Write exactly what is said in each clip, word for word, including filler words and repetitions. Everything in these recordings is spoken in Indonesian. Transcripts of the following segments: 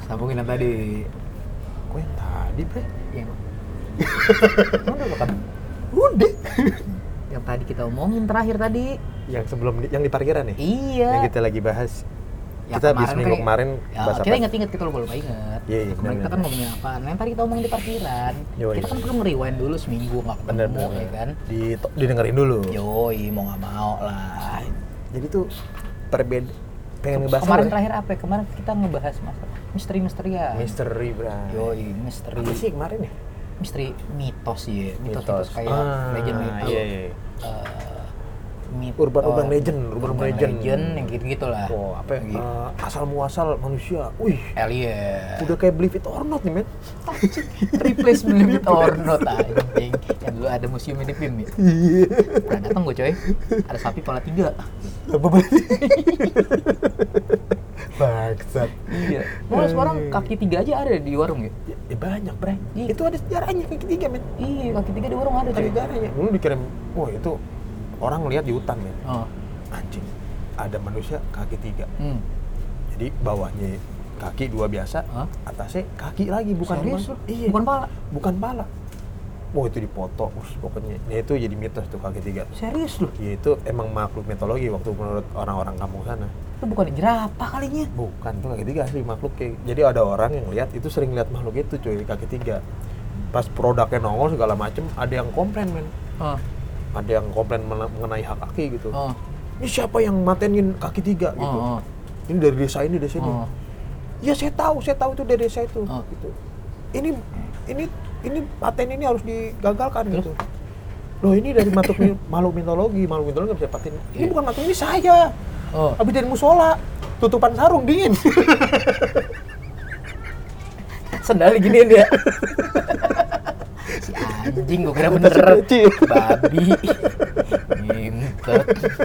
Sambungin yang tadi. Kok yang tadi, Bre? Yang Udah bukan? Udah. Yang tadi kita omongin terakhir tadi. Yang sebelum di, yang di parkiran nih? Iya. Yang kita lagi bahas. Ya, kita kemarin habis minggu kayak- kemarin Ya, bahas kita apa? inget-inget, kita lupa-lupa inget. Iya, iya, Kemarin kita benar-benar. kan ngomongin apa? Nah, yang tadi kita omongin di parkiran. Yoi. Kita kan perlu nge-rewind dulu seminggu nggak ketemu, Bener-bener. ya kan? Di, didengerin dulu. Yoi, mau nggak mau lah. Jadi tuh perbeda pengen ngebahas Kemarin apa ya? terakhir apa ya? Kemarin kita ngebahas masalah misteri-misteri ya. Misteri, Bra. Yoi, misteri. Apa sih kemarin ya? Misteri mitos ya. Mitos, Mitos. mitos kayak Ah, legend-legend. iya, iya. Eh, mitos, Urban-urban legend, urban legend. yang gitu-gitu lah. Oh, apa ya? Gitu. Uh, asal muasal manusia. Wih, Alien. udah kayak Believe It or Not nih, men. Replace Believe It or Not anjing. Yang dulu ada museum di P I M ya. Iya. Pernah datang gue coy. Ada sapi kepala tiga. Apa berarti? Bangsat. Iya. Malah sekarang kaki tiga aja ada di warung ya. Ya, ya banyak, Bray. Iya. Itu ada sejarahnya kaki tiga, men. Iya, kaki tiga di warung ada Ada coy. sejarahnya. Dulu dikirim, wah itu orang lihat di hutan, men. Oh. Anjing. Ada manusia kaki tiga. Hmm. Jadi bawahnya kaki dua biasa, Hah? atasnya kaki lagi, bukan Serius bukan- lu? Iya. Bukan pala. Bukan pala. Wah itu dipoto, us, pokoknya. Ya itu jadi mitos tuh kaki tiga. Serius lu? Ya itu emang makhluk mitologi waktu menurut orang-orang kampung sana. Itu bukan jerapah kalinya. Bukan, tuh kaki tiga asli makhluk kayak. Jadi ada orang yang lihat itu sering lihat makhluk itu cuy, kaki tiga. Pas produknya nongol segala macem, ada yang komplain men. Oh. Ada yang komplain mena- mengenai hak kaki gitu. Oh. Ini siapa yang matenin kaki tiga gitu? Oh, oh. Ini dari desa ini, desa ini. Oh. Ya saya tahu, saya tahu itu dari desa itu. Oh. Gitu. Ini ini ini paten ini harus digagalkan gitu. Loh ini dari makhluk mi- makhluk mitologi, makhluk mitologi nggak bisa paten. Ini Iya. bukan makhluk, ini saya. Oh. Habis dari musola, tutupan sarung dingin. Sendal giniin dia. Si anjing gua kira bener. Kecil. Babi. Ngintet.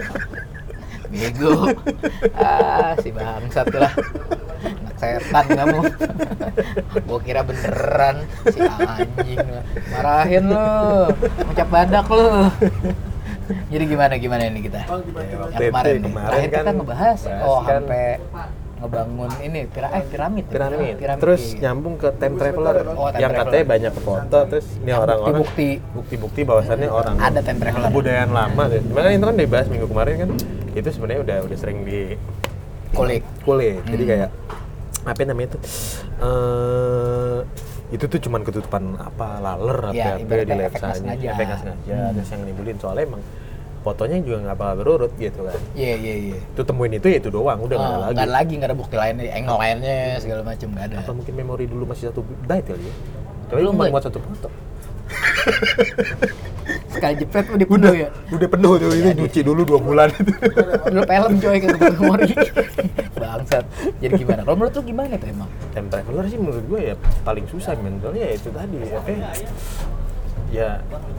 Bego. Ah, si bangsat lah. Anak setan kamu. Gua kira beneran si anjing lah. Marahin lu. Ngucap badak lu. Jadi gimana gimana ini kita? Oh, gimana, Yang gimana? kemarin nih. Kemarin Terakhir kan kita ngebahas bahas oh kan sampai ngebangun ini pira eh piramid. ya? Piramid. Piramid. Terus iya. nyambung ke time traveler Oh, time yang traveler. katanya banyak foto terus ini orang-orang bukti. bukti-bukti bahwasannya orang Ada time traveler. kebudayaan lama tuh. Dimana itu kan dibahas minggu kemarin kan itu sebenarnya udah udah sering di Kulik. kulik. Jadi Hmm. kayak apa namanya itu eh itu tuh cuman ketutupan apa laler Ya, apa apa di ibaratnya efek nggak lensanya, sengaja. efek nggak sengaja. Hmm. Terus yang nimbulin soalnya emang fotonya juga nggak bakal berurut gitu kan. Iya iya iya. Itu temuin itu ya itu doang, udah nggak Oh, ada lagi. nggak ada lagi, nggak ada bukti lainnya, angle lainnya segala macam nggak ada. Apa mungkin memori dulu masih satu byte kali ya? Kali Belum, cuma Bay. buat satu foto. Sekali jepret udah penuh ya. Udah penuh tuh ini cuci dulu dua bulan itu. Dulu film coy ke memori. Bangsat. Jadi gimana? Kalau menurut lu gimana tuh emang? Time traveler sih menurut gue ya paling susah men. Soalnya ya itu tadi apa ya? Ya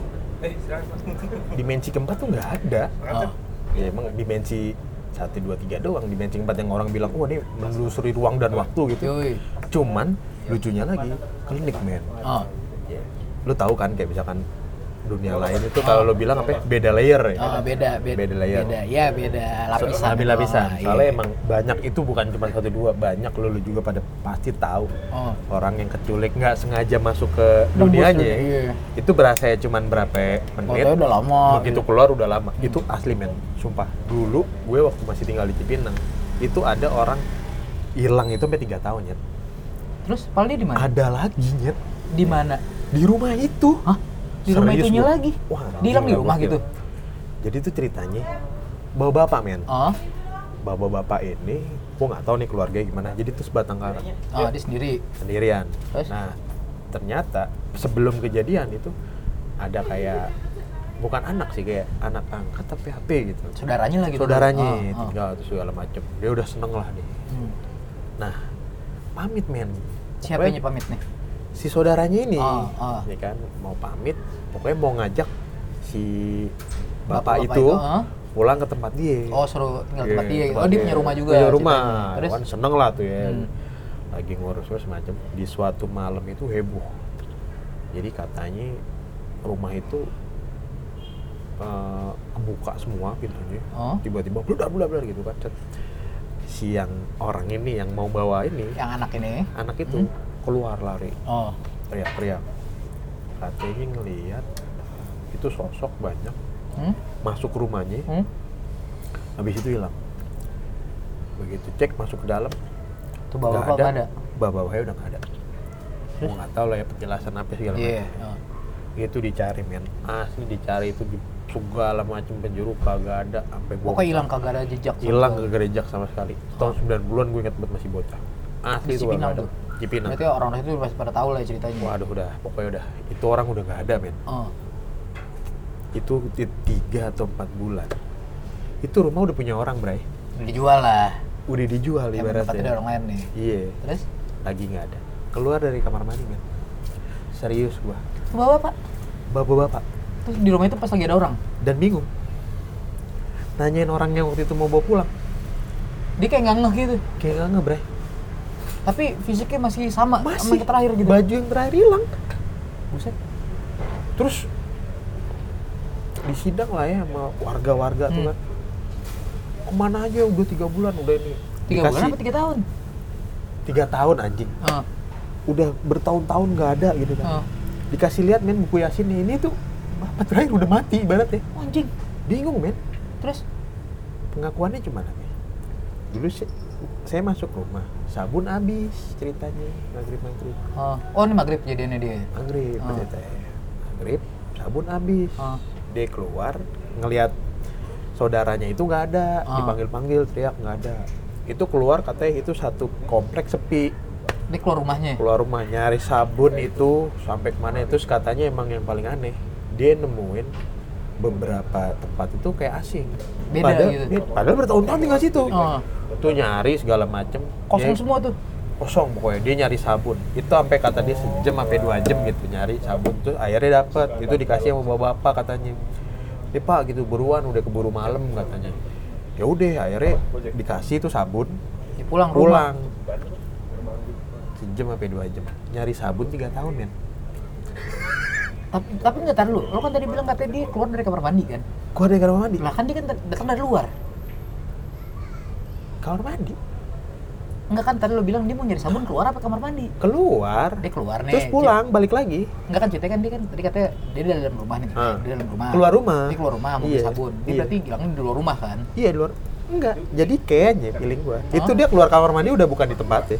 dimensi keempat tuh nggak ada. Oh. Ya emang dimensi satu, dua, tiga doang. Dimensi empat yang orang bilang, wah ini menelusuri ruang dan waktu gitu. Yoi. Cuman lucunya lagi klinik men. Oh. Lu tahu kan kayak misalkan dunia lain itu kalau lo bilang apa ya, beda layer ya. Oh, beda, beda, Beda layer. Beda, ya beda lapisan. So, lapisan. Oh, Soalnya iya. emang banyak itu bukan cuma satu dua, banyak lo, lo juga pada pasti tahu. Oh. Orang yang keculik nggak sengaja masuk ke Nembus dunianya, dunia, iya. itu berasa ya cuman berapa menit. Fotonya udah lama. Begitu gitu. keluar udah lama. Itu asli men, sumpah. Dulu gue waktu masih tinggal di Cipinang, itu ada orang hilang itu sampai tiga tahun nyet. Terus palanya di mana? Ada lagi nyet. Di mana? Di rumah itu. Hah? Di rumah Serius itunya gua. lagi? Wah, Dihilang di gila, rumah gokil. gitu? Jadi itu ceritanya bapak-bapak men. Oh. Bapak-bapak ini, gua nggak tahu nih keluarganya gimana. Jadi itu sebatang kara. Oh, dia sendiri. Sendirian. Terus? Nah, ternyata sebelum kejadian itu ada kayak bukan anak sih, kayak anak angkat tapi H P gitu. Saudaranya lagi. Saudaranya Oh, oh. tinggal terus segala macem. Dia udah seneng lah nih. Hmm. Nah, pamit men. Siapa Pokoknya yang pamit nih? si saudaranya ini, Oh, oh. ya kan mau pamit, pokoknya mau ngajak si bapak, Bapak-bapak itu itu, oh. pulang ke tempat dia. Oh, suruh tinggal Iya, tempat dia. tempat Oh, dia punya rumah juga. Punya rumah, ceritanya. Terus? kan seneng lah tuh ya. Hmm. Lagi ngurus-ngurus macam. Di suatu malam itu heboh. Jadi katanya rumah itu uh, kebuka semua pintunya. Oh. Tiba-tiba bludak-bludak gitu kan. Cet. si yang orang ini yang mau bawa ini, Yang anak ini. anak itu Hmm. keluar lari, Oh. teriak-teriak. Katanya ngelihat itu sosok banyak Hmm? masuk ke rumahnya, Hmm? habis itu hilang. Begitu cek masuk ke dalam, Tuh nggak bapak-bapak nggak ada. bapak-bapaknya udah nggak ada. Gua nggak tahu lah ya penjelasan apa segala Iya. macam. Oh. Itu dicari men, asli dicari itu di segala macam penjuru kagak ada, sampai Pokoknya hilang kagak ada jejak. sama hilang sekali. kagak ada jejak sama sekali. Tahun sembilan puluhan gue ingat banget masih bocah. Asli Di itu Cipinang nggak ada. tuh. Cipinang. Berarti orang-orang itu pasti pada tahu lah ceritanya. Waduh udah, pokoknya udah. Itu orang udah nggak ada men. Oh. Itu di- tiga atau empat bulan. Itu rumah udah punya orang bray. Dijual lah. Udah dijual Yang tempatnya ada ibaratnya. orang lain nih. Iya. Terus? Lagi nggak ada. Keluar dari kamar mandi men. Serius gua. Tuh bapak-bapak. Bapak-bapak. Terus di rumah itu pas lagi ada orang. Dan bingung. Nanyain orangnya waktu itu mau bawa pulang. Dia kayak nggak ngeh gitu. Kayak nggak nge bray. Tapi fisiknya masih sama sama Masih. yang terakhir gitu. Baju yang terakhir hilang. Buset. Terus disidang lah ya sama warga-warga tuh Hmm. kan. Kemana aja udah tiga bulan udah ini. Tiga bulan apa tiga tahun? Tiga tahun anjing. Oh. Udah bertahun-tahun nggak ada gitu kan. Oh. Dikasih lihat men buku Yasinnya, ini tuh bapak terakhir udah mati ibaratnya. Oh, anjing. Bingung men. Terus? Pengakuannya cuma apa? Dulu sih saya masuk rumah, sabun habis ceritanya, maghrib-maghrib. Oh, oh ini maghrib kejadiannya dia. Maghrib Oh. ceritanya. Maghrib, sabun habis. Oh. Dia keluar, ngelihat saudaranya itu nggak ada, Ah. dipanggil-panggil, teriak nggak ada. Itu keluar katanya itu satu kompleks sepi. Dia keluar rumahnya. Keluar rumah nyari sabun itu sampai kemana itu katanya emang yang paling aneh. Dia nemuin beberapa tempat itu kayak asing. Beda padahal, gitu. dia- padahal bertahun-tahun tinggal situ. Oh. Tuh nyari segala macem. Kosong Dia- semua tuh. Kosong pokoknya. Dia nyari sabun. Itu sampai kata dia sejam sampai dua jam gitu nyari sabun. Terus akhirnya dapet. Itu dikasih sama bapak-bapak katanya. Ini pak gitu buruan udah keburu malam katanya. Ya udah akhirnya dikasih itu sabun. Dia pulang rumah. Pulang. Sejam sampai dua jam. Nyari sabun tiga tahun men. Tapi tapi nggak tahu lu. Lo kan tadi bilang katanya dia keluar dari kamar mandi kan? Gua ada kamar mandi. Lah kan dia kan datang dari luar. Kamar mandi. Enggak kan tadi lo bilang dia mau nyari sabun keluar apa kamar mandi? Keluar. Dia keluar nih. Terus pulang balik lagi. Enggak kan ceritanya kan dia kan tadi katanya dia di dalam rumah nih. Ah. Dia dalam rumah. Keluar rumah. Dia keluar rumah mau Iya. beli sabun. Dia Iya. berarti bilangnya di luar rumah kan? Iya di luar. Enggak. Jadi kayaknya feeling gua. Oh. Itu dia keluar kamar mandi udah bukan di tempatnya.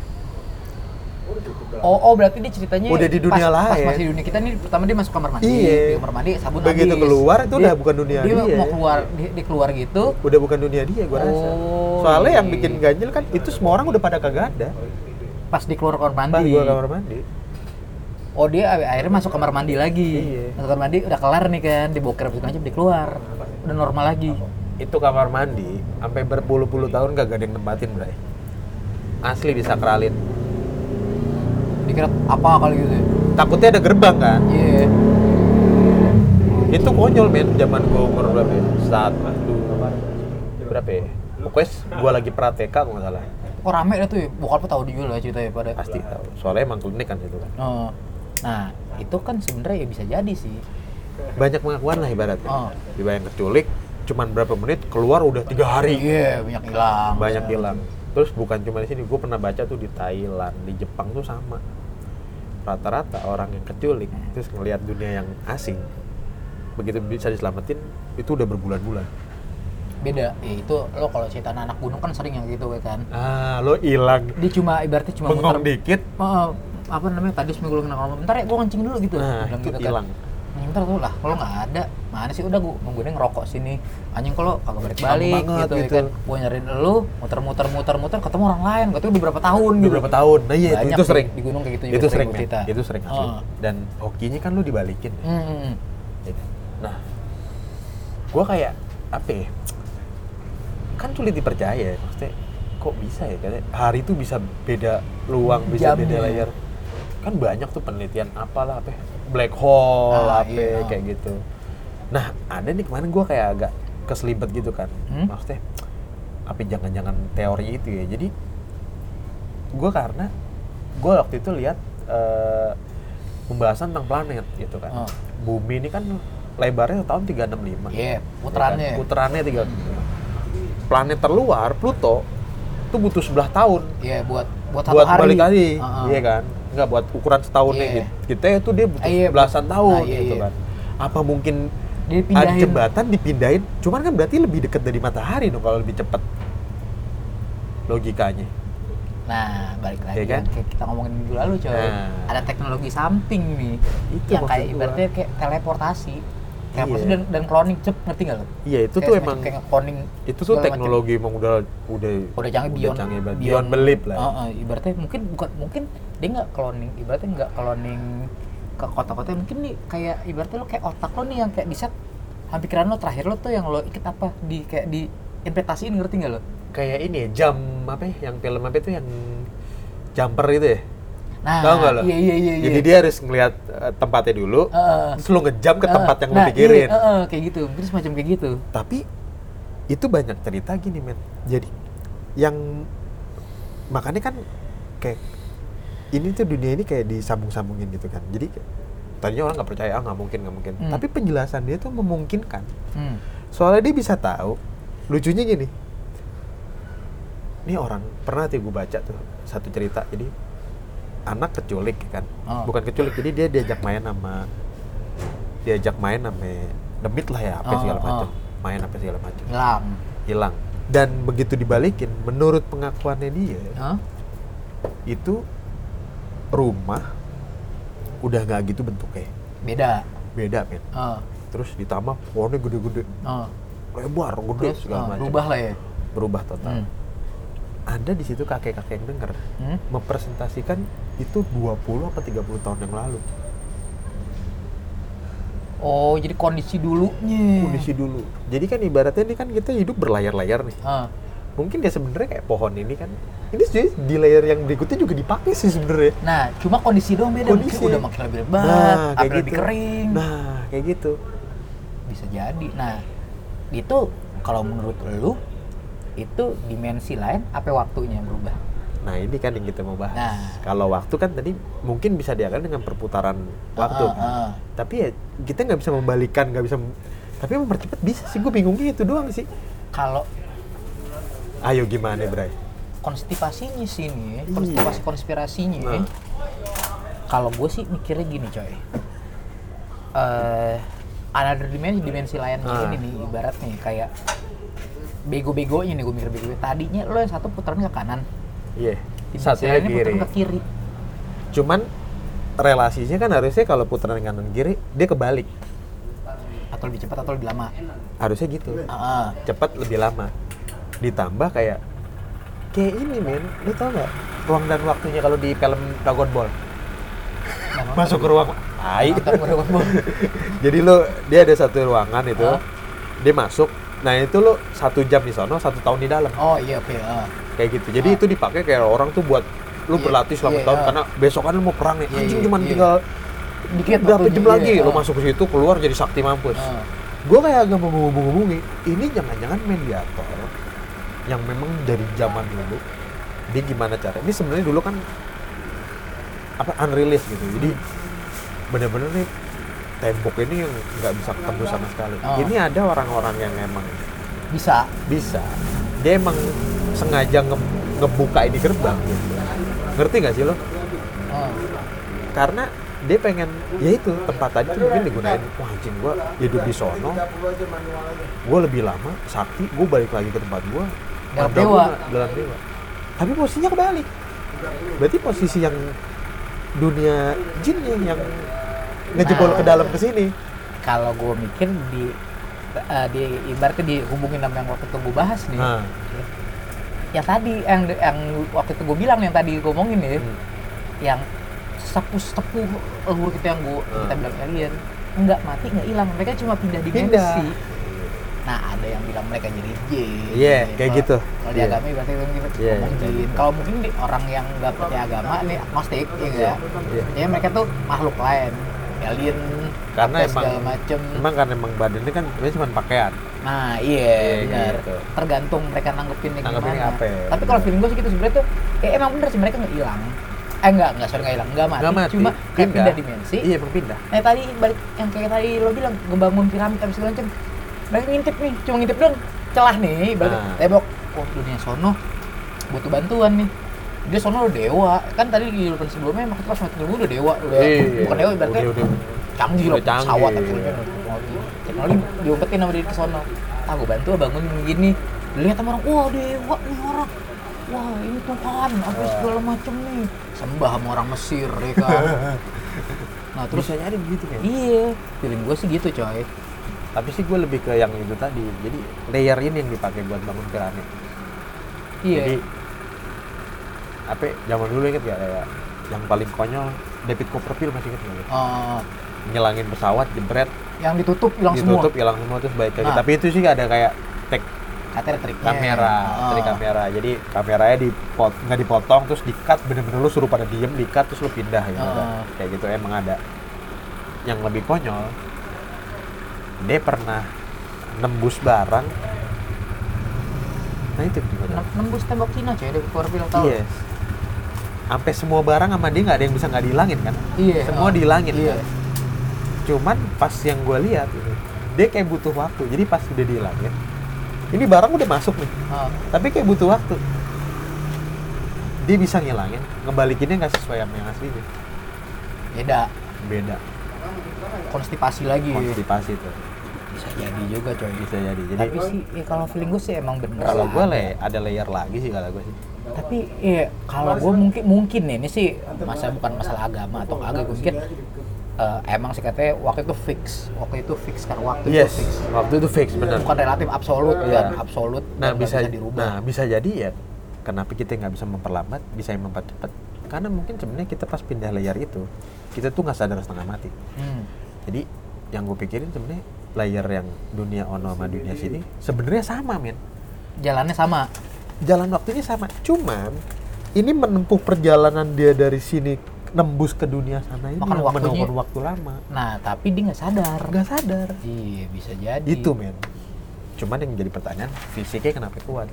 Oh, oh berarti dia ceritanya Udah di dunia pas, pas lain. masih di dunia kita nih pertama dia masuk kamar mandi, Iya. di kamar mandi sabun Begitu habis. keluar, itu udah bukan dunia dia. dia. mau keluar dia, dia keluar gitu. Udah bukan dunia dia gua rasa. Oh, Soalnya iya. yang bikin ganjel kan itu semua orang udah pada kagak ada. Pas di keluar kamar mandi. Pas gua kamar mandi. Oh dia akhirnya masuk kamar mandi lagi. Iya. Masuk kamar mandi udah kelar nih kan, diboker segala macam dia keluar. Udah normal lagi. Itu kamar mandi sampai berpuluh-puluh tahun kagak ada yang nempatin, Bray. Asli disakralin. Dikira apa kali gitu. ya? Takutnya ada gerbang kan. Iya. Itu konyol men, zaman gua umur berapa ya? Satu berapa ya? Pokoknya gua lagi praktek kalau nggak salah. Kok rame dah tuh ya? Bokapnya tahu juga lah ceritanya pada. Pasti tahu. Soalnya emang klinik kan itu kan. Oh. Nah, itu kan sebenarnya ya bisa jadi sih. Banyak pengakuan lah ibaratnya. Oh. Tiba yang keculik, cuman berapa menit keluar udah tiga hari. Iya, banyak hilang. Banyak hilang. Terus bukan cuma di sini, gue pernah baca tuh di Thailand, di Jepang tuh sama. Rata-rata orang yang keculik terus ngelihat dunia yang asing, begitu bisa diselamatin itu udah berbulan-bulan. Beda, ya itu lo kalau cerita anak gunung kan sering yang gitu kan. Ah, lo hilang, Dia cuma ibaratnya cuma bengong muter. dikit, Oh, apa namanya tadi seminggu lu kena kolam. Bentar ya gua kencing dulu gitu. nah Bilang itu gitu kan. hilang. Anjing bentar tuh lah, kalau nggak ada, mana sih udah gua nungguin ngerokok sini. Anjing kalau kagak balik-balik Lama banget gitu, ya gitu. kan. Gua nyariin lu, muter-muter muter-muter ketemu orang lain, katanya beberapa tahun gitu. Beberapa tahun, nah iya itu, Banyak itu sih, sering. di gunung kayak gitu juga Itu sering, gua men. cerita. Itu sering asli. Oh. Dan hokinya kan lo dibalikin. Ya. Hmm, hmm, hmm. Gitu. Nah, gua kayak apa ya? Kan sulit dipercaya, maksudnya kok bisa ya katanya hari itu bisa beda luang, bisa Jamnya. beda layar. Kan banyak tuh penelitian apalah apa black hole Ah, apa iya. kayak gitu. Nah, ada nih kemarin gua kayak agak keselibet gitu kan. Hmm? Maksudnya apa jangan-jangan teori itu ya. Jadi gua karena gua waktu itu lihat eh, pembahasan tentang planet gitu kan. Oh. Bumi ini kan lebarnya tahun tiga enam lima. Iya, putarannya. Ya kan? Putarannya tiga. Planet terluar Pluto tuh butuh sebelah tahun. Iya, buat buat satu Buat hari. balik lagi, Uh-uh. iya kan? Nggak buat ukuran setahunnya Iya. gitu. Kita itu dia butuh Ah, iya, belasan betul. tahun Ah, iya, gitu iya. kan. Apa mungkin Dia ada pindahin. jembatan dipindahin, cuman kan berarti lebih dekat dari matahari dong kalau lebih cepat. Logikanya. Nah, balik lagi Iya kan? kan kayak kita ngomongin minggu lalu, coy. Nah. Ada teknologi samping nih. Itu yang maksud kayak gua. ibaratnya kayak teleportasi. Teleportasi Iya. dan, dan cloning, cep, ngerti nggak lo? Iya, itu Kayak tuh semacam emang kayak cloning itu tuh segala macam. teknologi emang udah udah Udah canggih beyond canggih banget. Beyond belief lah. Uh, uh, ibaratnya mungkin bukan mungkin dia nggak cloning, ibaratnya nggak cloning ke kota-kota, mungkin nih kayak ibaratnya lo kayak otak lo nih yang kayak di set pikiran lo terakhir lo tuh yang lo ikut apa di kayak di investasiin, ngerti nggak lo? Kayak ini ya, jam apa ya, yang film apa itu yang jumper itu ya? Nah, Tahu nggak lo? iya iya iya. Jadi iya. dia harus ngelihat uh, tempatnya dulu, Uh, terus lo ngejam ke uh, tempat yang nah, lo pikirin. Iya, uh, uh, kayak gitu, mungkin semacam kayak gitu. Tapi itu banyak cerita gini, men. Jadi yang makanya kan kayak ini tuh dunia ini kayak disambung-sambungin gitu kan. Jadi kayak, tadinya orang nggak percaya, ah nggak mungkin, nggak mungkin. Hmm. Tapi penjelasan dia tuh memungkinkan. Hmm. Soalnya dia bisa tahu, lucunya gini. Ini orang, pernah tuh gue baca tuh satu cerita. Jadi anak keculik kan, Oh. bukan keculik, jadi dia diajak main sama diajak main sama demit lah ya, apa Oh, segala oh. macam, main apa segala macam, Ngelam. hilang. Dan begitu dibalikin, menurut pengakuannya dia, Hah? itu rumah udah nggak gitu bentuknya, Beda. beda men. Uh, Terus ditambah pohonnya gede-gede, uh. lebar, gede Terus segala uh, macam, berubah lah ya. berubah total. Hmm. Ada di situ kakek-kakek yang denger Hmm? mempresentasikan itu dua puluh atau tiga puluh tahun yang lalu. Oh, jadi kondisi dulunya. Kondisi dulu. Jadi kan ibaratnya ini kan kita hidup berlayar-layar nih. Uh. Mungkin dia sebenarnya kayak pohon ini kan. Ini sih di layer yang berikutnya juga dipakai sih sebenarnya. Nah, cuma kondisi doang beda. Kondisi. Mungkin udah makin lebih lebat, Nah, kayak apa lebih gitu. kering. Nah, kayak gitu. Bisa jadi. Nah, itu kalau menurut lu itu dimensi lain apa waktunya yang berubah? Nah, ini kan yang kita mau bahas. Nah. Kalau waktu kan tadi mungkin bisa diakan dengan perputaran waktu. Ah, kan. ah. Tapi ya kita nggak bisa membalikan, nggak bisa. mem- Tapi mempercepat bisa sih. Gue bingungnya itu doang sih. Kalau Ayo gimana, Bray? konstipasinya sih nih, Iya. konstipasi konspirasinya. Nah. Kalau gue sih mikirnya gini, coy. Eh, ada dimensi dimensi lain Ah. ini nih, ibaratnya kayak bego-begonya nih, gue mikir bego. Tadinya lo yang satu putarannya ke kanan, Iya. dimensi Satunya lainnya kiri. putaran ke kiri. Cuman relasinya kan harusnya kalau putaran kanan kiri dia kebalik. Atau lebih cepat atau lebih lama. Harusnya gitu. Ah, Cepat lebih lama. Ditambah kayak kayak ini, men. Lu tau nggak ruang dan waktunya kalau di film Dragon Ball? nah, Masuk ke ruang ai. nonton Dragon Ball. Jadi lu dia ada satu ruangan itu. Hah? Dia masuk. Nah, itu lu satu jam di sono, satu tahun di dalam. Oh iya, oke. ah. Kayak gitu. Jadi Ah. itu dipakai kayak orang tuh buat lu Iya, berlatih selama iya, tahun ah. karena besok kan lu mau perang nih. Iya, Anjing iya, cuman iya. tinggal Dikit berapa waktunya, jam iya, lagi lu ah. masuk ke situ, keluar jadi sakti mampus. Ah. Gue kayak agak menghubung-hubungi ini jangan-jangan mediator yang memang dari zaman dulu dia gimana cara ini sebenarnya dulu kan apa unreleased gitu, jadi bener-bener nih tembok ini yang nggak bisa ketemu sama sekali. Oh. Ini ada orang-orang yang emang Bisa. bisa, dia emang sengaja nge- ngebuka ini gerbang gitu. Ngerti nggak sih lo? Ah. Karena dia pengen, ya itu tempat tadi tuh mungkin digunain, wah anjing gue hidup di sono, gue lebih lama, sakti, gue balik lagi ke tempat gue, Dalam dewa. dalam dewa. Tapi posisinya kebalik, berarti posisi yang dunia jinnya yang ngejebol Nah. ke dalam ke sini. Kalau gue mikir di eh, di ibaratnya dihubungin sama yang waktu itu gue bahas nih. Nah. Yang tadi yang yang waktu itu gue bilang yang tadi gue ngomongin nih, Hmm. yang sepuh-sepuh leluhur kita yang gue kita Hmm. bilang alien nggak mati nggak hilang, mereka cuma pindah dimensi. Pindah. Nah, ada yang bilang mereka jadi jin. Iya, kayak Kalau- gitu. Kalau di Iya. agama berarti itu kita Iya, ngomong kayak jin. gitu. Kalau mungkin di orang yang nggak percaya agama nih agnostik, ya enggak. Iya. Ya mereka tuh makhluk lain, alien, Karena apa emang segala macem. emang kan emang badannya kan sebenarnya cuma pakaian. Nah, iya, Iya, benar. gitu. Tergantung mereka nanggepinnya Nanggepinnya gimana. apa ya? Tapi kalau feeling gue sih gitu sebenarnya tuh, eh emang bener sih mereka nggak hilang. Eh enggak, enggak sorry nggak hilang, nggak mati, Nggak mati, cuma kayak pindah dimensi. Iya, emang pindah. Nah tadi balik yang kayak tadi lo bilang ngebangun piramid apa segala macam, mereka ngintip nih, cuma ngintip doang celah nih, berarti Nah. tembok, oh dunia sono butuh bantuan nih. Dia sono udah dewa, kan tadi di depan sebelumnya emang pas mati dulu udah dewa, udah Iya, bukan dewa berarti udah, udah. canggih loh, Udah canggih, pesawat iya. teknologi, teknologi, teknologi diumpetin sama dia ke sono. Ah gue bantu bangun gini, dilihat sama orang, wah dewa nih orang, wah ini Tuhan, apa segala macem nih, sembah sama orang Mesir ya kan. Nah terus Bisa jadi gitu kan. iya, feeling gue sih gitu coy. Tapi sih gue lebih ke yang itu tadi. Jadi layer ini yang dipakai buat bangun piramid. Iya. Jadi apa zaman dulu inget gak kayak yang paling konyol David Copperfield masih inget nggak? Uh, Nyelangin pesawat jebret yang ditutup hilang semua. ditutup hilang semua terus balik lagi. Nah. Tapi itu sih ada kayak tek Katanya triknya. kamera, Oh. trik kamera. Jadi kameranya dipot nggak dipotong terus di-cut bener-bener lu suruh pada diem di-cut terus lu pindah gitu. Oh. kan. Kayak gitu emang ada. Yang lebih konyol dia pernah nembus barang. Nah itu gimana? Nem- Nembus tembok Cina coy, dari Copperfield tahu. Yes. Sampai semua barang sama dia nggak ada yang bisa nggak dihilangin kan? Iya. Semua oh. dihilangin Iya. kan? Cuman pas yang gue lihat gitu, dia kayak butuh waktu. Jadi pas udah dihilangin, ini barang udah masuk nih, Oh. tapi kayak butuh waktu. Dia bisa ngilangin, ngebalikinnya nggak sesuai sama yang aslinya. Beda. Beda. Konstipasi lagi. Konstipasi tuh. Bisa jadi juga coy. Bisa jadi. Jadi Tapi sih ya kalau feeling gue sih emang bener. kalau sih gue ada. le, ada layer lagi sih kalau gue sih. Tapi iya kalau gue mungkin mungkin nih ini sih masa bukan masalah agama atau kagak, gue mikir eh, emang sih katanya waktu itu fix, waktu itu fix kan waktu Yes. itu fix. Waktu itu fix bener. Bukan relatif absolut Iya. kan, absolut. Nah dan nggak bisa, dirubah. nah bisa jadi ya kenapa kita nggak bisa memperlambat, bisa yang mempercepat? Karena mungkin sebenarnya kita pas pindah layer itu kita tuh nggak sadar setengah mati. Hmm. Jadi yang gue pikirin sebenarnya layer yang dunia ono sama dunia sini sebenarnya sama men. Jalannya sama. Jalan waktunya sama. Cuman ini menempuh perjalanan dia dari sini nembus ke dunia sana ini Makan yang waktunya. memakan waktu lama. Nah tapi dia nggak sadar. Nggak sadar. Iya bisa jadi. Itu men. Cuman yang jadi pertanyaan fisiknya kenapa kuat?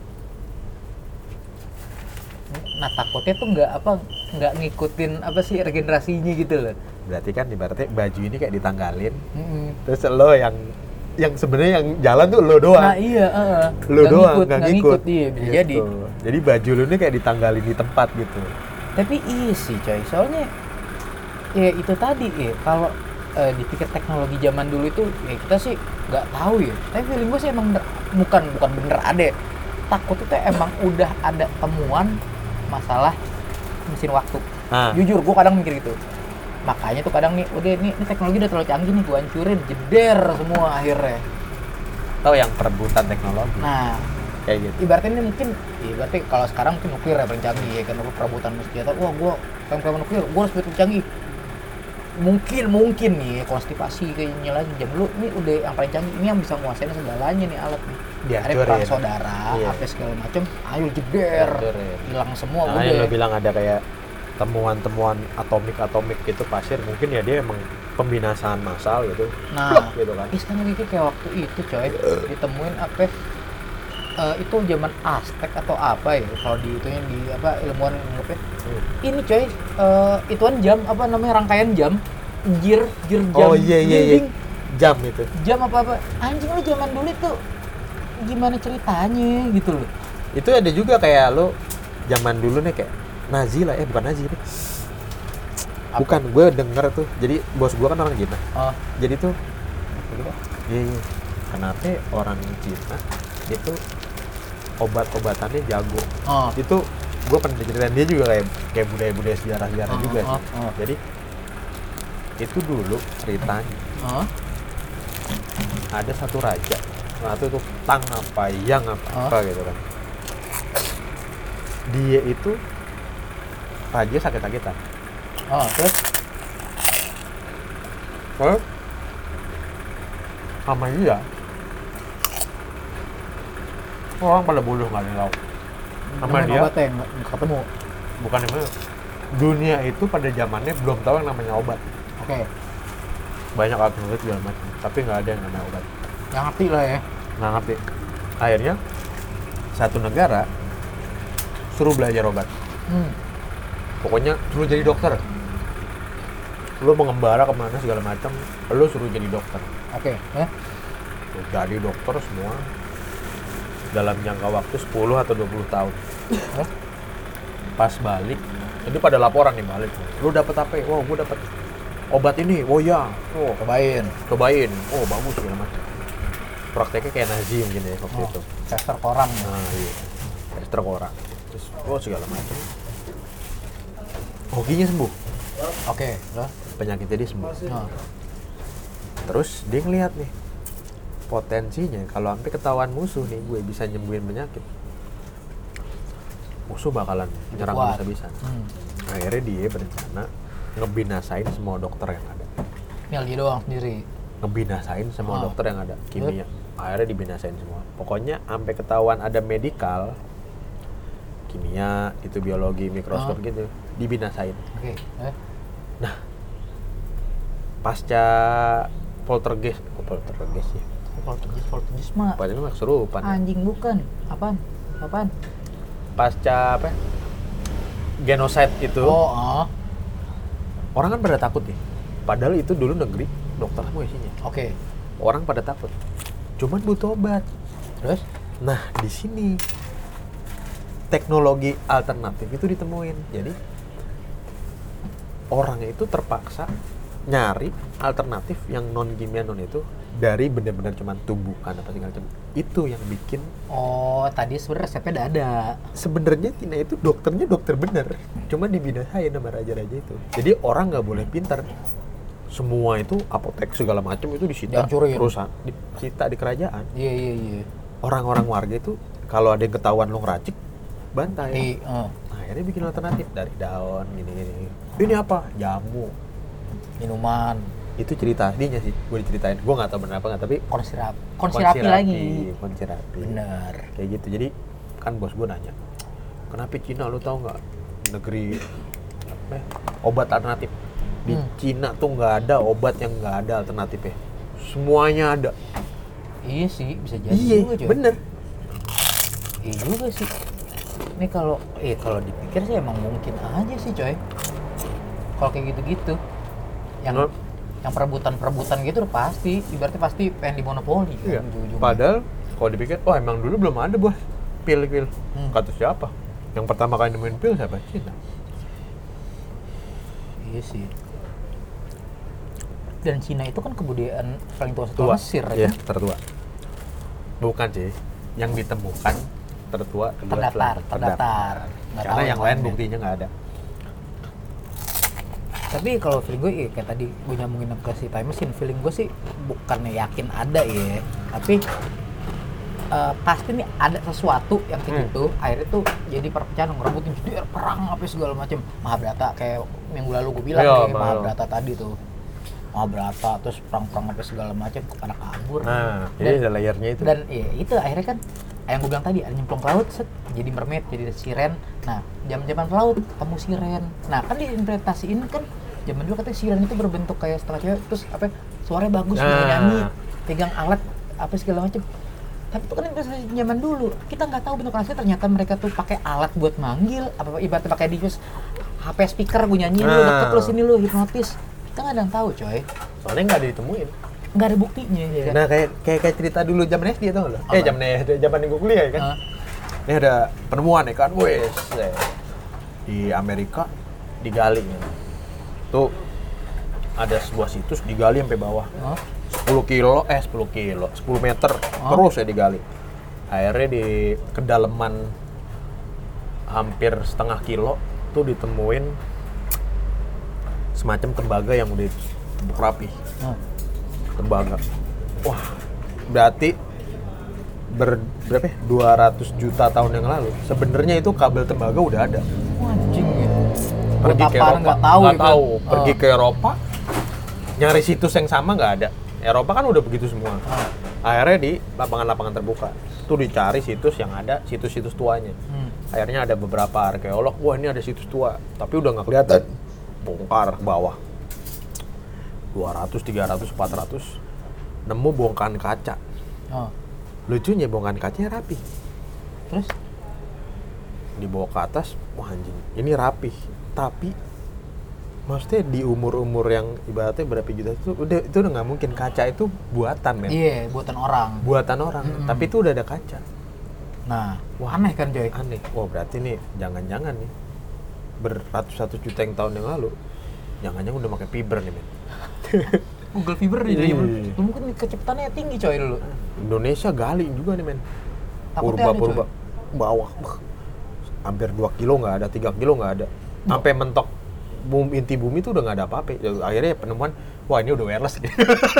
Nah takutnya tuh nggak apa nggak ngikutin apa sih regenerasinya gitu loh. Berarti kan ibaratnya baju ini kayak ditanggalin. Mm-mm. Terus lo yang yang sebenarnya yang jalan tuh lo doang. Nah iya, uh, Lo nggak doang ngikut, nggak nggak ngikut. iya bisa Gitu. jadi. Jadi baju lo ini kayak ditanggalin di tempat gitu. Tapi iya sih coy, soalnya ya itu tadi ya kalau eh, dipikir teknologi zaman dulu itu ya kita sih nggak tahu ya. Tapi feeling gue sih emang bener- bukan bukan bener ada. Takut itu emang udah ada temuan masalah mesin waktu. Nah, Jujur gue kadang mikir gitu. Makanya tuh kadang nih udah nih, ini teknologi udah terlalu canggih nih gue hancurin, jeder semua akhirnya. tahu yang perebutan teknologi Nah, kayak gitu. ibaratnya ini mungkin, ya berarti kalau sekarang mungkin nuklir ya paling canggih ya kan, perebutan senjata. Wah, gua pengen pengen nuklir, gua harus lebih canggih. Mungkin mungkin nih konstipasi kayaknya lagi jam lu ini udah yang paling canggih, ini yang bisa nguasain segalanya nih alat nih. Ada Dihancurin. perang saudara, Iya. apa segala macem, ayo jeder, Dihancurin. hilang semua Nah, udah. yang lo bilang ada kayak temuan-temuan atomik-atomik gitu pasir, mungkin ya dia emang pembinasaan massal gitu. Nah, Pluk gitu kan. Ih, sekarang gitu kayak waktu itu coy, ditemuin apa eh, itu zaman Aztec atau apa ya, kalau di itunya di apa ilmuwan nganggepnya Hmm. ini coy, eh, ituan jam apa namanya rangkaian jam, jir jir jam, Oh iya iya iya. dinding, Jam itu. jam apa apa, anjing lu zaman dulu tuh gimana ceritanya gitu loh. Itu ada juga kayak lo zaman dulu nih kayak Nazi lah, eh bukan Nazi nih. Bukan, gue denger tuh. Jadi bos gue kan orang Cina. Oh, Jadi tuh iya, iya. Kenapa orang Cina itu obat-obatannya jago. oh, Itu gue pernah diceritain dia juga kayak kayak budaya-budaya sejarah-sejarah Oh, juga oh, sih. oh. Jadi itu dulu ceritanya oh, ada satu raja, nah itu tuh Tang apa yang apa, apa gitu kan. Dia itu raja sakit-sakitan. oh, terus Oh? Sama dia orang pada bodoh nggak ada yang tahu. Sama nemuin dia obatnya nggak nggak ketemu. bukan yang mana, dunia itu pada zamannya belum tahu yang namanya obat. Oke, Banyak alat nulis segala macam, tapi nggak ada yang namanya obat. yang ngerti lah ya. Nggak ngerti. Akhirnya satu negara suruh belajar obat. Hmm. Pokoknya suruh jadi dokter. Lu mengembara kemana segala macam, lu suruh jadi dokter. Oke, ya. Jadi dokter semua dalam jangka waktu sepuluh atau dua puluh tahun. Hah? Pas balik, itu pada laporan nih balik. Lu dapet apa? Wah, gua dapet obat ini. Oh ya, Oh, cobain. cobain. Oh bagus segala macam. Prakteknya kayak Nazi mungkin ya waktu Oh, itu. tester koran ya. Nah iya, tester koran. Terus oh segala macam. Hokinya sembuh, Oke, terus? penyakitnya dia sembuh. Oh. Terus dia ngeliat nih potensinya kalau sampai ketahuan musuh nih gue bisa nyembuhin penyakit. Musuh bakalan nyerang Kuat. bisa-bisa. Hmm. Akhirnya dia berencana ngebinasain semua dokter yang ada. Tinggal dia doang sendiri. Ngebinasain semua Oh. dokter yang ada, kimia. Akhirnya dibinasain semua. Pokoknya sampai ketahuan ada medical, kimia, itu biologi, mikroskop Oh. gitu, dibinasain. Oke, eh? Nah, pasca poltergeist, oh, poltergeist ya. Poltergeist, poltergeist mah Padahal mah kesurupan. ya. anjing bukan. Apaan? Apaan? Pasca apa? Genocide itu, Oh, oh. orang kan pada takut nih. Padahal itu dulu negeri dokter semua isinya. Oke. Orang pada takut. Cuman butuh obat. Terus? Nah, di sini teknologi alternatif itu ditemuin. Jadi orang itu terpaksa nyari alternatif yang non kimia non itu dari benar-benar cuman tumbuhan apa segala macam. Itu yang bikin Oh, tadi sebenarnya resepnya udah ada. sebenarnya Tina itu dokternya dokter bener, cuma dibinasain sama raja-raja itu. Jadi orang nggak boleh pintar. Semua itu apotek segala macam itu disita Dihancurin. perusahaan, disita di kerajaan. Iya, iya, iya. Orang-orang warga itu kalau ada yang ketahuan lo ngeracik, bantai. Di, eh, Nah, akhirnya bikin alternatif dari daun gini-gini. Ini apa? Jamu. minuman, Itu cerita aslinya sih, gue diceritain. Gue nggak tahu benar apa nggak, tapi konsirapi, konsirapi lagi. konsirapi. Bener. Kayak gitu. Jadi kan bos gue nanya, kenapa Cina lu tahu nggak negeri apa, ya, obat alternatif? Di Hmm. Cina tuh nggak ada obat yang nggak ada alternatifnya. Semuanya ada. Iya sih, bisa jadi Iya, juga, coy. bener. Iya juga sih. Ini kalau eh kalau dipikir sih emang mungkin aja sih, coy. Kalau kayak gitu-gitu. Yang Menurut- yang perebutan-perebutan gitu udah pasti, ibaratnya pasti pengen dimonopoli kan Iya. ujung-ujungnya. Padahal kalau dipikir, wah emang dulu belum ada bos pil-pil. Hmm. Kata siapa? Yang pertama kali nemuin pil siapa? Cina. Iya sih. Dan Cina itu kan kebudayaan paling tua setelah Tua. Mesir Iya, ya. tertua. Bukan sih. Yang ditemukan tertua kedua Terdatar, setelah- terdatar. Nggak Karena tahu yang lain lainnya. buktinya nggak ada. Tapi kalau feeling gue, iya, kayak tadi gue nyambungin ke si time machine, feeling gue sih bukannya yakin ada ya, tapi eh, pasti nih ada sesuatu yang kayak Hmm. gitu, akhirnya tuh jadi perpecahan, ngerebutin jadi perang apa segala macam. Mahabharata kayak minggu lalu gue bilang Iya, kayak Mahabharata. Mahabharata tadi tuh. Mahabharata terus perang-perang apa segala macam pada kabur. Nah, Dan- jadi ada layernya itu. Dan iya, itu akhirnya kan yang gue bilang tadi, ada nyemplung ke laut, set, jadi mermaid, jadi siren. Nah, zaman-zaman ke laut ketemu siren. Nah, kan diinterpretasiin kan zaman dulu katanya siren itu berbentuk kayak setengah cewek, terus apa suaranya bagus, Nah. bisa nyanyi, pegang alat apa segala macam. Tapi itu kan investasi zaman dulu. Kita nggak tahu bentuk asli, ternyata mereka tuh pakai alat buat manggil, apa ibaratnya pakai device H P speaker, gue nyanyi lu, Nah. deket lu sini lu, hipnotis. Kita nggak ada yang tahu, coy. Soalnya nggak ada ditemuin. Nggak ada buktinya ya kan. Nah, kayak kayak kayak cerita dulu zaman S D tau nggak lo? Apa? Eh, zaman S D, zaman gue kuliah ya kan. Hah? Ini ada penemuan ya kan, wes di Amerika digali ya. Tuh ada sebuah situs digali sampai bawah. Hah? sepuluh kilo, eh sepuluh kilo, sepuluh meter Oh. terus ya digali. Akhirnya di kedalaman hampir setengah kilo tuh ditemuin semacam tembaga yang udah ditumbuk rapi. Hah? Tembaga. Wah, berarti ber, berapa ya? dua ratus juta tahun yang lalu. Sebenarnya itu kabel tembaga udah ada. Wah, anjing ya. Pergi Buat ke apaan Eropa, nggak tahu nggak gitu. tahu. Oh. Pergi ke Eropa, nyari situs yang sama nggak ada. Eropa kan udah begitu semua. Ah. Akhirnya di lapangan-lapangan terbuka, tuh dicari situs yang ada situs-situs tuanya. Hmm. Akhirnya ada beberapa arkeolog, wah ini ada situs tua, tapi udah nggak kelihatan. Bongkar ke bawah. dua ratus, tiga ratus, empat ratus, nemu bongkahan kaca. Oh. Lucunya bongkahan kacanya rapi. Terus? Dibawa ke atas, wah anjing, ini rapi. Tapi maksudnya di umur-umur yang ibaratnya berapa juta itu udah itu udah nggak mungkin. Kaca itu buatan men, Iya, buatan orang. buatan orang. Mm-mm. Tapi itu udah ada kaca. Nah, Wah. aneh kan, coy? Aneh. Wah berarti nih jangan-jangan nih beratus-ratus juta yang tahun yang lalu, jangan-jangan udah pakai fiber nih men. Google Fiber nih Iya. lu mungkin kecepatannya tinggi coy dulu. Indonesia gali juga nih men. Takutnya ada, Purba-purba bawah, bah, hampir dua kilo nggak ada, tiga kilo nggak ada, sampai mentok bumi, inti bumi itu udah nggak ada apa-apa. Akhirnya penemuan, wah ini udah wireless nih.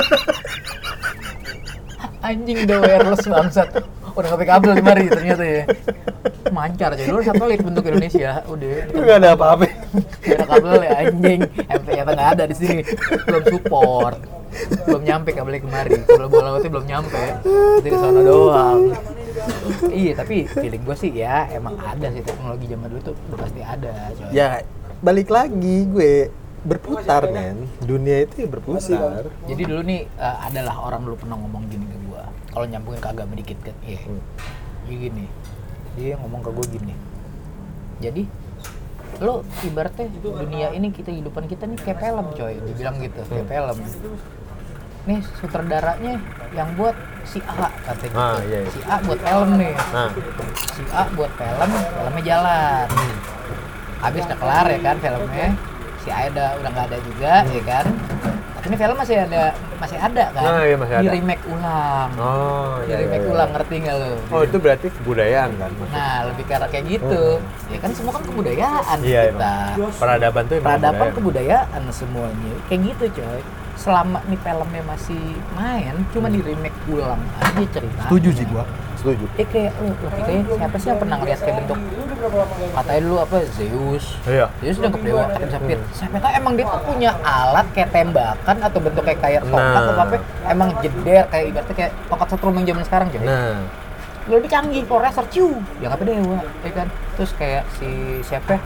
Anjing udah wireless bangsat. Udah nggak pakai kabel di mari ternyata ya. Mancar aja dulu satelit bentuk Indonesia, udah. Nggak ada apa-apa. Nggak ada kabel ya anjing. M P ternyata nggak ada di sini. Belum support. Belum nyampe kabelnya kemari. Kalau bola itu belum nyampe. Jadi di sana doang. Iya, tapi feeling gue sih ya emang ada sih teknologi zaman dulu tuh udah pasti ada. Coy. Ya balik lagi gue berputar men, dunia itu ya berputar. Jadi dulu nih uh, adalah orang dulu pernah ngomong gini ke gue. Kalau nyambungin ke agama dikit kan, iya. Hmm. Jadi gini, dia ngomong ke gue gini. Jadi lo ibaratnya dunia ini kita hidupan kita nih kayak film coy, dia bilang gitu, kayak film. Nih sutradaranya yang buat si A katanya Ah, gitu. iya, iya. Si A buat film nih. Nah, Si A buat film, filmnya jalan. Habis udah kelar ya kan filmnya. Si A udah udah nggak ada juga ya kan. Tapi ini film masih ada masih ada kan. Nah, iya, masih Di ada. remake ulang. oh Di iya, remake iya, ulang iya. ngerti nggak lo? Oh itu berarti kebudayaan kan? maksudnya? Nah, lebih ke arah kayak gitu. Ya kan semua kan kebudayaan Iya kita. emang. Peradaban tuh emang Peradaban kebudayaan. kebudayaan semuanya. Kayak gitu coy. Selama nih filmnya masih main, cuma di remake ulang aja cerita. Setuju sih gua. Setuju. Ya kayak lu, lu kayak siapa sih yang pernah ngeliat kayak bentuk katanya dulu apa Zeus. Iya. Zeus dianggap dewa, kata Sapir. Siapa tahu emang dia tuh punya alat kayak tembakan atau bentuk kayak kayak tongkat Nah. atau apa emang jeder kayak ibaratnya kayak tongkat setrum yang zaman sekarang coy. Nah, Lu lebih canggih, Power Racer, ciu, dianggapnya dewa, ya kan? Terus kayak si siapa?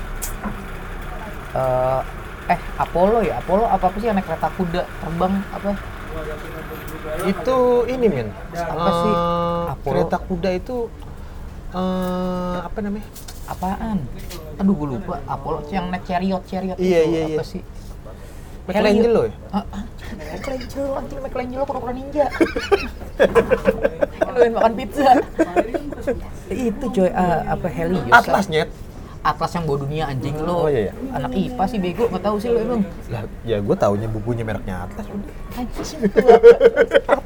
Eh, eh Apollo ya, Apollo apa apa sih yang naik kereta kuda terbang apa? itu ini men. Apa sih? Eh, Apollo. kereta kuda itu eh apa namanya? Apaan? Aduh gue lupa. Apollo yang naik chariot, chariot Iya, itu iya, apa iya. sih? Michelangelo ya? Ah, ah, Michelangelo, anjing Michelangelo pura-pura ninja. Yang doyan makan pizza. Itu coy, ah, apa Helios? Atlas nyet. Atlas yang bawa dunia anjing lo. Oh, iya, iya. Anak I P A sih bego, nggak tahu sih lo emang. Lah, ya gue taunya bukunya mereknya Atlas udah. Anjing itu apa?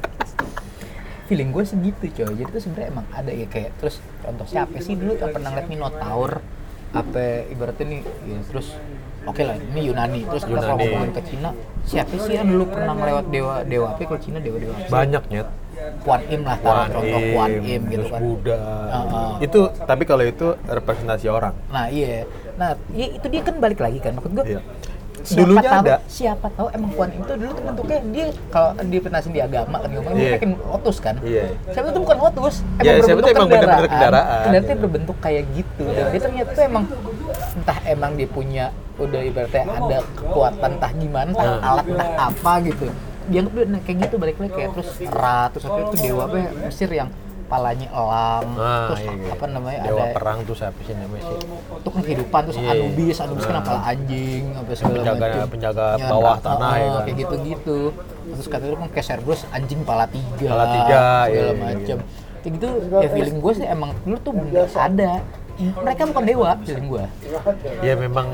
Feeling gue segitu coy. Jadi tuh sebenarnya emang ada ya kayak terus contoh siapa sih dulu yang pernah ngeliat Minotaur apa ibaratnya nih ya, terus oke lah ini Yunani terus kita kalau Yunani. ngomongin ke Cina siapa sih yang dulu pernah ngelewat dewa dewa apa kalau Cina dewa dewa Banyak nyet. Kuan Im lah taruh contoh Kuan Im gitu terus kan. Buddha. Uh-uh. Itu tapi kalau itu representasi orang. Nah iya, nah iya, itu dia kan balik lagi kan maksud gue. Iya. Siapa Dulunya tahu, ada. siapa tahu emang Kuan Im itu dulu tuh bentuknya dia kalau dipenasin di agama kan ngomongnya Iya. dia pakai lotus kan. Iya. Siapa itu bukan lotus, Ya, siapa tuh emang bener-bener kendaraan. Kendaraan Iya. berbentuk kayak gitu. Dan dia ternyata tuh emang entah emang dia punya udah ibaratnya ada kekuatan entah gimana, entah Hmm. alat entah apa gitu. Dianggap dia nah, kayak gitu balik lagi kayak terus Ra, terus apa itu dewa apa ya, Mesir yang palanya elang, Ah, terus iya, iya. apa namanya Dewa ada perang tuh siapa sih namanya sih? untuk kehidupan terus Iya. Anubis, Anubis kan Nah. kepala anjing apa segala Penjaga- macam. penjaga Ya, bawah nah, tanah, oh, ya kan. kayak gitu-gitu. Terus katanya kan kayak Cerberus anjing pala tiga, Pala tiga, segala iya, iya, macam. iya. Kayak gitu ya feeling gue sih emang dulu tuh bener ada. Mereka bukan dewa feeling gue. Ya memang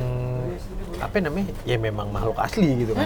apa namanya? Ya memang makhluk asli gitu kan.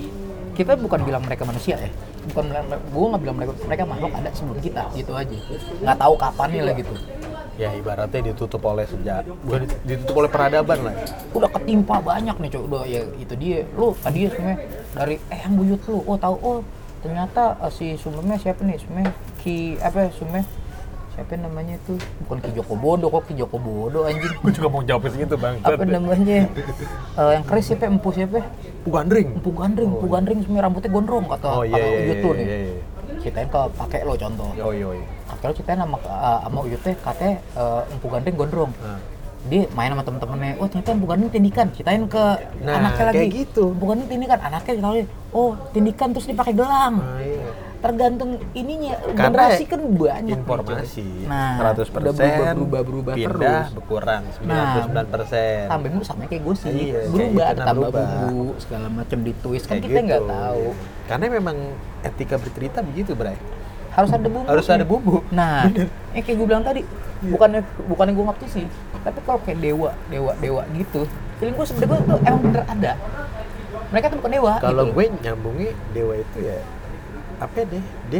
Kita bukan bilang mereka manusia ya. Bukan bilang gue nggak bilang mereka mereka makhluk ada sebelum kita gitu aja. Nggak tahu kapannya lah gitu. Ya ibaratnya ditutup oleh sejak bukan ditutup oleh peradaban lah. Udah ketimpa banyak nih coy, udah ya itu dia lu tadi sebenarnya dari eh yang buyut lu oh tahu oh ternyata uh, si sumbernya siapa nih sumbernya Ki apa sumbernya siapa namanya itu bukan Ki Joko Bodo kok Ki Joko Bodo anjing Gue juga mau jawab segitu bang. apa namanya uh, yang keris siapa empu siapa Bu Gandring. empu gandring empu gandring sebenarnya rambutnya gondrong kata Oh iya kata iya Uyut iya. lu nih iya, iya. ceritain ke kakek lo contoh Oh iya iya. kakek lo ceritain sama uh, sama Uyut teh katanya uh, empu gandring gondrong Nah. dia main sama temen-temennya, oh ternyata Empu Gandring tindikan, ceritain ke Nah, anaknya lagi kayak gitu. Empu Gandring tindikan, anaknya ditawarin, oh tindikan terus dipakai gelang Nah, iya. tergantung ininya, Karena generasi kan banyak informasi nih, nah, seratus udah persen berubah-berubah pindah terus berkurang sembilan puluh sembilan persen. tambah bumbu sama kayak gue sih, Iya, kayak berubah, gitu, ada nah, tambah berubah. bumbu, segala macam di twist, kan Kayak kita nggak gitu. tahu Karena memang etika bercerita begitu, Bray. harus ada bumbu Harus ada bumbu. nah yang kayak gue bilang tadi bukannya bukannya gue ngapti sih tapi kalau kayak dewa dewa dewa gitu feeling gue sebenarnya gue tuh emang bener ada. Mereka tuh bukan dewa. Kalau gitu. gue nyambungnya dewa itu ya apa deh, dia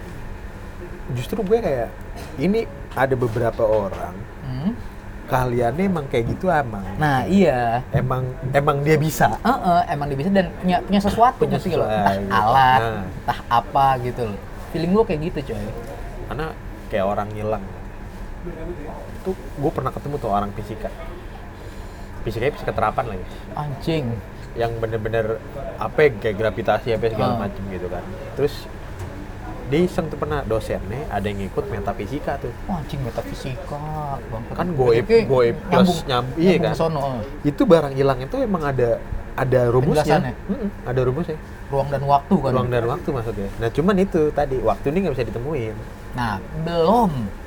justru gue kayak ini ada beberapa orang Hmm. keahliannya emang kayak gitu emang. Nah iya. Emang emang dia bisa. Uh, uh, emang dia bisa dan punya punya sesuatu Punya gitu loh. sesuatu, Entah gitu. alat, Nah. entah apa gitu loh. Feeling gue kayak gitu coy. Karena kayak orang ngilang. Tuh gue pernah ketemu tuh orang fisika. Fisikanya fisika terapan lagi. Anjing. Yang bener-bener apa ya, kayak gravitasi apa segala Ah. macem gitu kan. Terus dia iseng tuh pernah dosennya ada yang ngikut metafisika tuh. Oh, anjing metafisika. Bang. Kan goib Oke, goib plus nyambung, iya nyambung kan. ke sono. Itu barang hilang itu emang ada ada rumusnya. Penjelasannya? Mm-mm, ada rumusnya. Ruang dan waktu kan. Ruang dan waktu maksudnya. Nah cuman itu tadi waktu ini nggak bisa ditemuin. Nah, belum.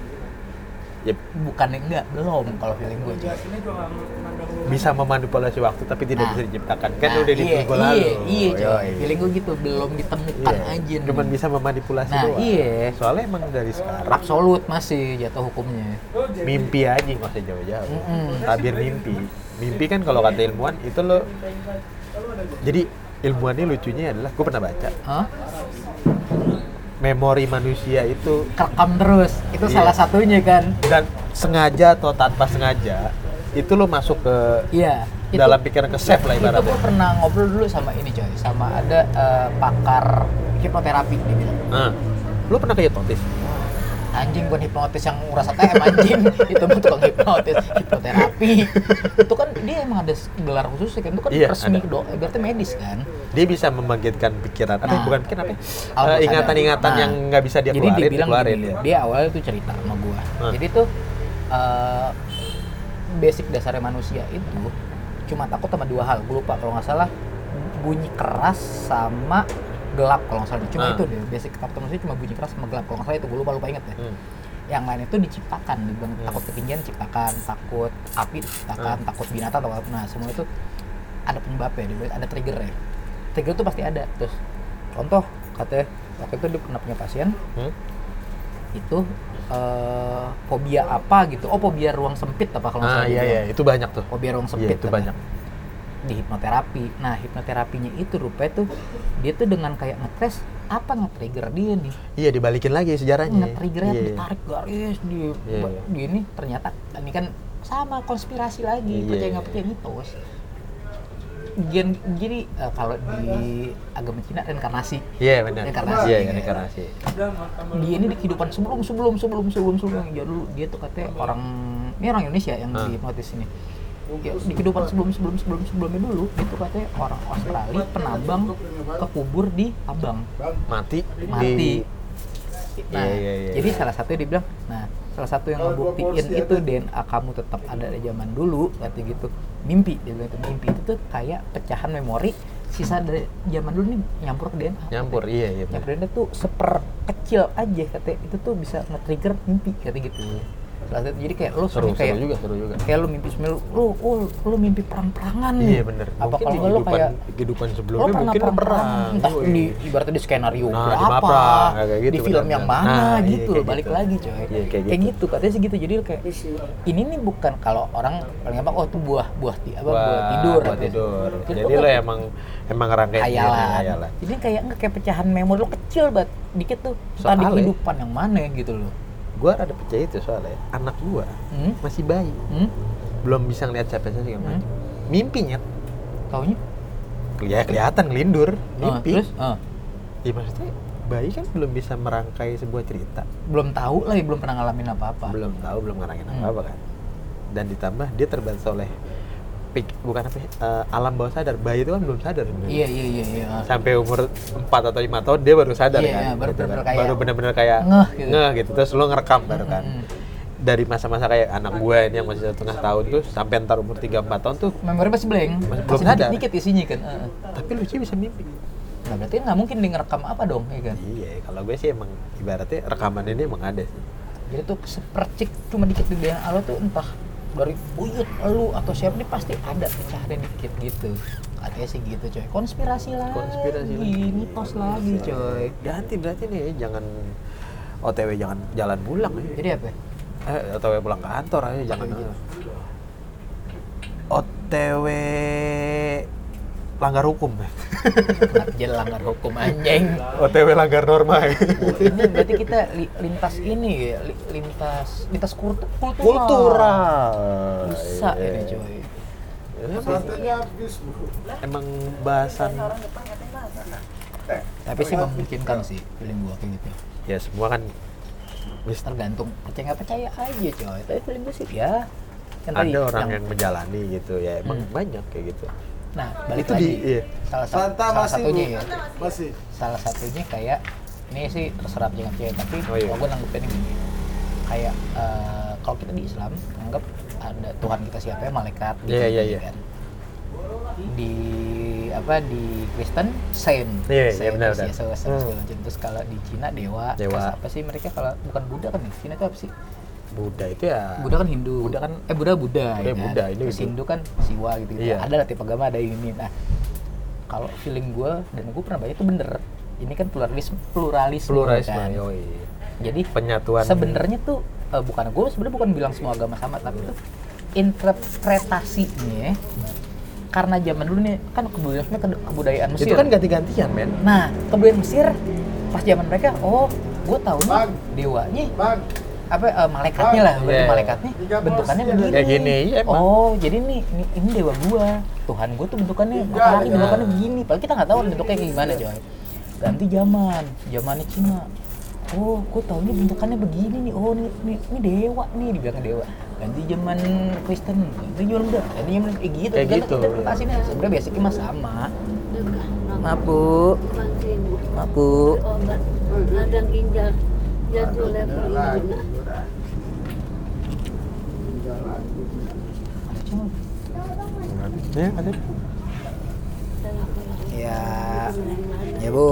Ya Bukannya enggak, belum kalau feeling gue coy. bisa memanipulasi waktu tapi tidak Nah. bisa diciptakan. Kan Nah, udah di iya, minggu lalu. Iya, iya coy. Yoi. Feeling gue gitu, belum ditemukan Iya, aja nih. cuman bisa memanipulasi Nah, doang. iya. Soalnya emang dari sekarang Absolut masih jatuh hukumnya. mimpi aja nggak usah jauh-jauh. Mm-mm. Tabir mimpi. Mimpi kan kalau kata ilmuwan itu lo. Jadi ilmuwan ini lucunya adalah gue pernah baca Hah? memori manusia itu Kerekam terus. Itu Iya. salah satunya kan. dan sengaja atau tanpa sengaja itu lo masuk ke Iya. Itu- dalam pikiran ke save lah Itu ibaratnya. gue pernah ngobrol dulu sama ini coy, sama ada eh, pakar hipnoterapi dia bilang. Nah, lo pernah kayak hipnotis? Anjing bukan hipnotis yang ngerasa T M anjing. Itu mah tukang hipnotis, hipnoterapi. Itu kan dia emang ada gelar khusus kan, itu kan Iya, resmi ada. do, berarti medis kan. Dia bisa membangkitkan pikiran, apa Nah. bukan pikiran apa? ya? Alam Eh, sadar. ingatan-ingatan Nah, yang nggak bisa dia jadi keluarin, dia bilang dikeluarin gini, ya. dia awalnya tuh cerita sama gua. Hah. Jadi tuh eh, basic dasarnya manusia itu cuma takut sama dua hal. Gue lupa kalau nggak salah bunyi keras sama gelap kalau nggak salah. Cuma Ah. itu deh basic takut manusia cuma bunyi keras sama gelap kalau nggak salah itu gue lupa lupa inget deh. Hmm. Yang lain itu diciptakan, dibilang Hmm. takut ketinggian diciptakan, takut api diciptakan, Hmm. takut binatang atau apa. Nah semua itu ada penyebabnya, dia bilang ada triggernya. Trigger itu pasti ada. Terus contoh katanya waktu itu dia pernah punya pasien Hmm? itu eh, fobia apa gitu, oh fobia ruang sempit apa kalau nggak Ah salah dia iya bilang. iya, itu banyak tuh. Fobia ruang Iya, sempit itu katanya. banyak. Di hipnoterapi. Nah hipnoterapinya itu rupanya tuh dia tuh dengan kayak ngetes apa nge-trigger dia nih, Iya, dibalikin lagi sejarahnya. nge-triggernya Iya. ditarik garis di, Iya, iya. di ini ternyata ini kan sama konspirasi lagi, Iya, percaya iya. nggak percaya mitos. Gen, jadi eh, kalau di agama Cina reinkarnasi, Iya benar. Reinkarnasi. Iya, iya, reinkarnasi. dia ini di kehidupan sebelum sebelum sebelum sebelum sebelum ya dulu dia tuh katanya orang ini orang Indonesia yang Ah. di hipnotis ini. Ya, di kehidupan sebelum sebelum sebelum sebelumnya dulu itu katanya orang Australia penambang kekubur di Abang Mati, mati. di Nah, Iya, iya, iya. jadi salah satu dia bilang, nah salah satu yang ngebuktiin itu D N A kamu tetap ada dari zaman dulu, katanya gitu. Mimpi, dia bilang itu mimpi itu tuh kayak pecahan memori sisa dari zaman dulu nih nyampur ke D N A. nyampur. katanya. Iya, iya. Nyampur benar. D N A tuh seper kecil aja katanya, itu tuh bisa nge-trigger mimpi katanya gitu. Salah satu, jadi kayak lo Seru, kayak seru juga, seru juga. kayak lo mimpi sebenarnya lo, lo, lo mimpi perang-perangan Iya benar. apa Mungkin kalau di nggak lo kehidupan, kayak kehidupan lo sebelumnya pernah mungkin lo perang. perang entah Yoi. di ibaratnya di skenario Nah, di berapa apa, kayak gitu, di film benar, yang benar. mana Nah, iya, gitu kayak balik gitu. lagi coy Iya, kayak kayak gitu. gitu katanya segitu jadi kayak ini nih bukan kalau orang paling gampang oh itu buah buah ti apa buah, Wah, tidur buat katanya. tidur. Jadi Jadi tuh lo kayak emang emang ngerangkai hayalan. hayalan. Jadi kayak nggak kayak pecahan memori lo kecil banget dikit tuh entah di Soalnya- kehidupan yang mana gitu loh. Gua rada percaya itu soalnya anak gua Hmm? masih bayi, Hmm? belum bisa ngeliat siapa-siapa segala Hmm? macam. Mimpinya Taunya? ya kelihatan ngelindur, Ah, mimpi. terus? Ah. Ya maksudnya bayi kan belum bisa merangkai sebuah cerita. Belum tahu lah ya, belum pernah ngalamin apa-apa. Belum tahu, belum ngerangin Hmm. apa-apa kan. Dan ditambah dia terbatas oleh pik, bukan apa ya, eh, alam bawah sadar. Bayi itu kan belum sadar sebenarnya. Iya iya iya iya. Sampai umur empat atau lima tahun dia baru sadar Iya, kan. iya, baru gitu bener-bener kan. kayak baru benar-benar kayak ngeh gitu. ngeh gitu. Terus lo ngerekam baru kan. Mm, mm, Dari masa-masa kayak anak gue ini yang masih satu setengah tahun tuh sampai ntar umur tiga empat tahun tuh, Memori masih blank, Masih belum masih sadar. dikit isinya kan. Heeh. tapi lucu bisa mimpi. Nah berarti nggak mungkin dia ngerekam apa dong, ya kan? Iya, kalau gue sih emang ibaratnya rekaman ini emang ada sih. Jadi tuh sepercik cuma dikit di D N A lo tuh entah dari buyut lu atau siapa nih pasti ada pecahannya dikit gitu. Katanya sih gitu coy. Konspirasi lagi. Konspirasi lagi. Mitos lagi coy. Berarti berarti nih jangan O T W, jangan jalan pulang ya. Jadi apa? Eh, O T W pulang kantor aja jangan. gitu? O T W langgar hukum ya? Kenapa jadi langgar hukum anjing? O T W langgar norma ya? Oh, ini berarti kita li- lintas ini ya, li- lintas lintas kultu- kultural. Kultural. Bisa Iya. ini coy. Emang bahasan Tapi sih memungkinkan sih feeling gua kayak gitu. ya semua kan mis- Tergantung percaya nggak percaya aja coy. Tapi feeling gua sih ya. Kan tadi ada orang yang- yang menjalani gitu ya emang Hmm. banyak kayak gitu. Nah, balik Itu lagi. di- iya. Salah, sa- Santa salah masih, satunya Bu. ya. Masih. Salah satunya kayak ini sih terserah percaya nggak percaya, tapi Oh, iya. kalau gue nanggepinnya gini. Kayak eh, kalau kita di Islam anggap ada Tuhan kita siapa ya, malaikat gitu, Iya, iya, gitu iya. kan. Di apa di Kristen saint, Iya, iya, saint, benar, Yesus, benar. segala Hmm. macam. Terus kalau di Cina dewa, Dewa. terus apa sih mereka kalau bukan Buddha kan ya? Cina itu apa sih? Buddha itu ya Buddha kan Hindu. Buddha kan eh Buddha Buddha. Buddha, ya kan? Buddha, ini Terus gitu. Hindu kan Siwa gitu. -gitu. Iya. Ada lah tiap agama ada yang ini. Nah, kalau feeling gue dan gue pernah baca itu bener. Ini kan pluralisme, pluralisme, pluralisme kan. yoi. Jadi Penyatuan. sebenarnya tuh eh, bukan gue sebenarnya bukan bilang semua agama sama, tapi tuh interpretasinya karena zaman dulu nih kan kebudayaan kebudayaan Mesir. Itu kan ganti-gantian men. Nah, kebudayaan Mesir pas zaman mereka, oh, gue taunya Bang. dewanya Bang, apa eh, malaikatnya lah, berarti Yeah. malaikatnya Tiga bentukannya bos, begini. Kayak gini, iya, emang. Oh, jadi nih ini, ini dewa gua. Tuhan gua tuh bentukannya Tiga, matahari tiga. bentukannya begini. Padahal kita nggak tahu bentuknya kayak gimana, coy. Ganti zaman, zamannya Cina. Oh, gua taunya bentukannya begini nih. Oh, ini ini, ini dewa nih, dibilang dewa. Ganti zaman Kristen, ganti zaman Buddha, ganti zaman eh, gitu. Kayak Kan gitu. interpretasinya sebenarnya basicnya mah sama. Maaf, Bu. Maaf, Bu. Obat radang ginjal jatuh level ini. Ya, ada. Ya, ya Bu.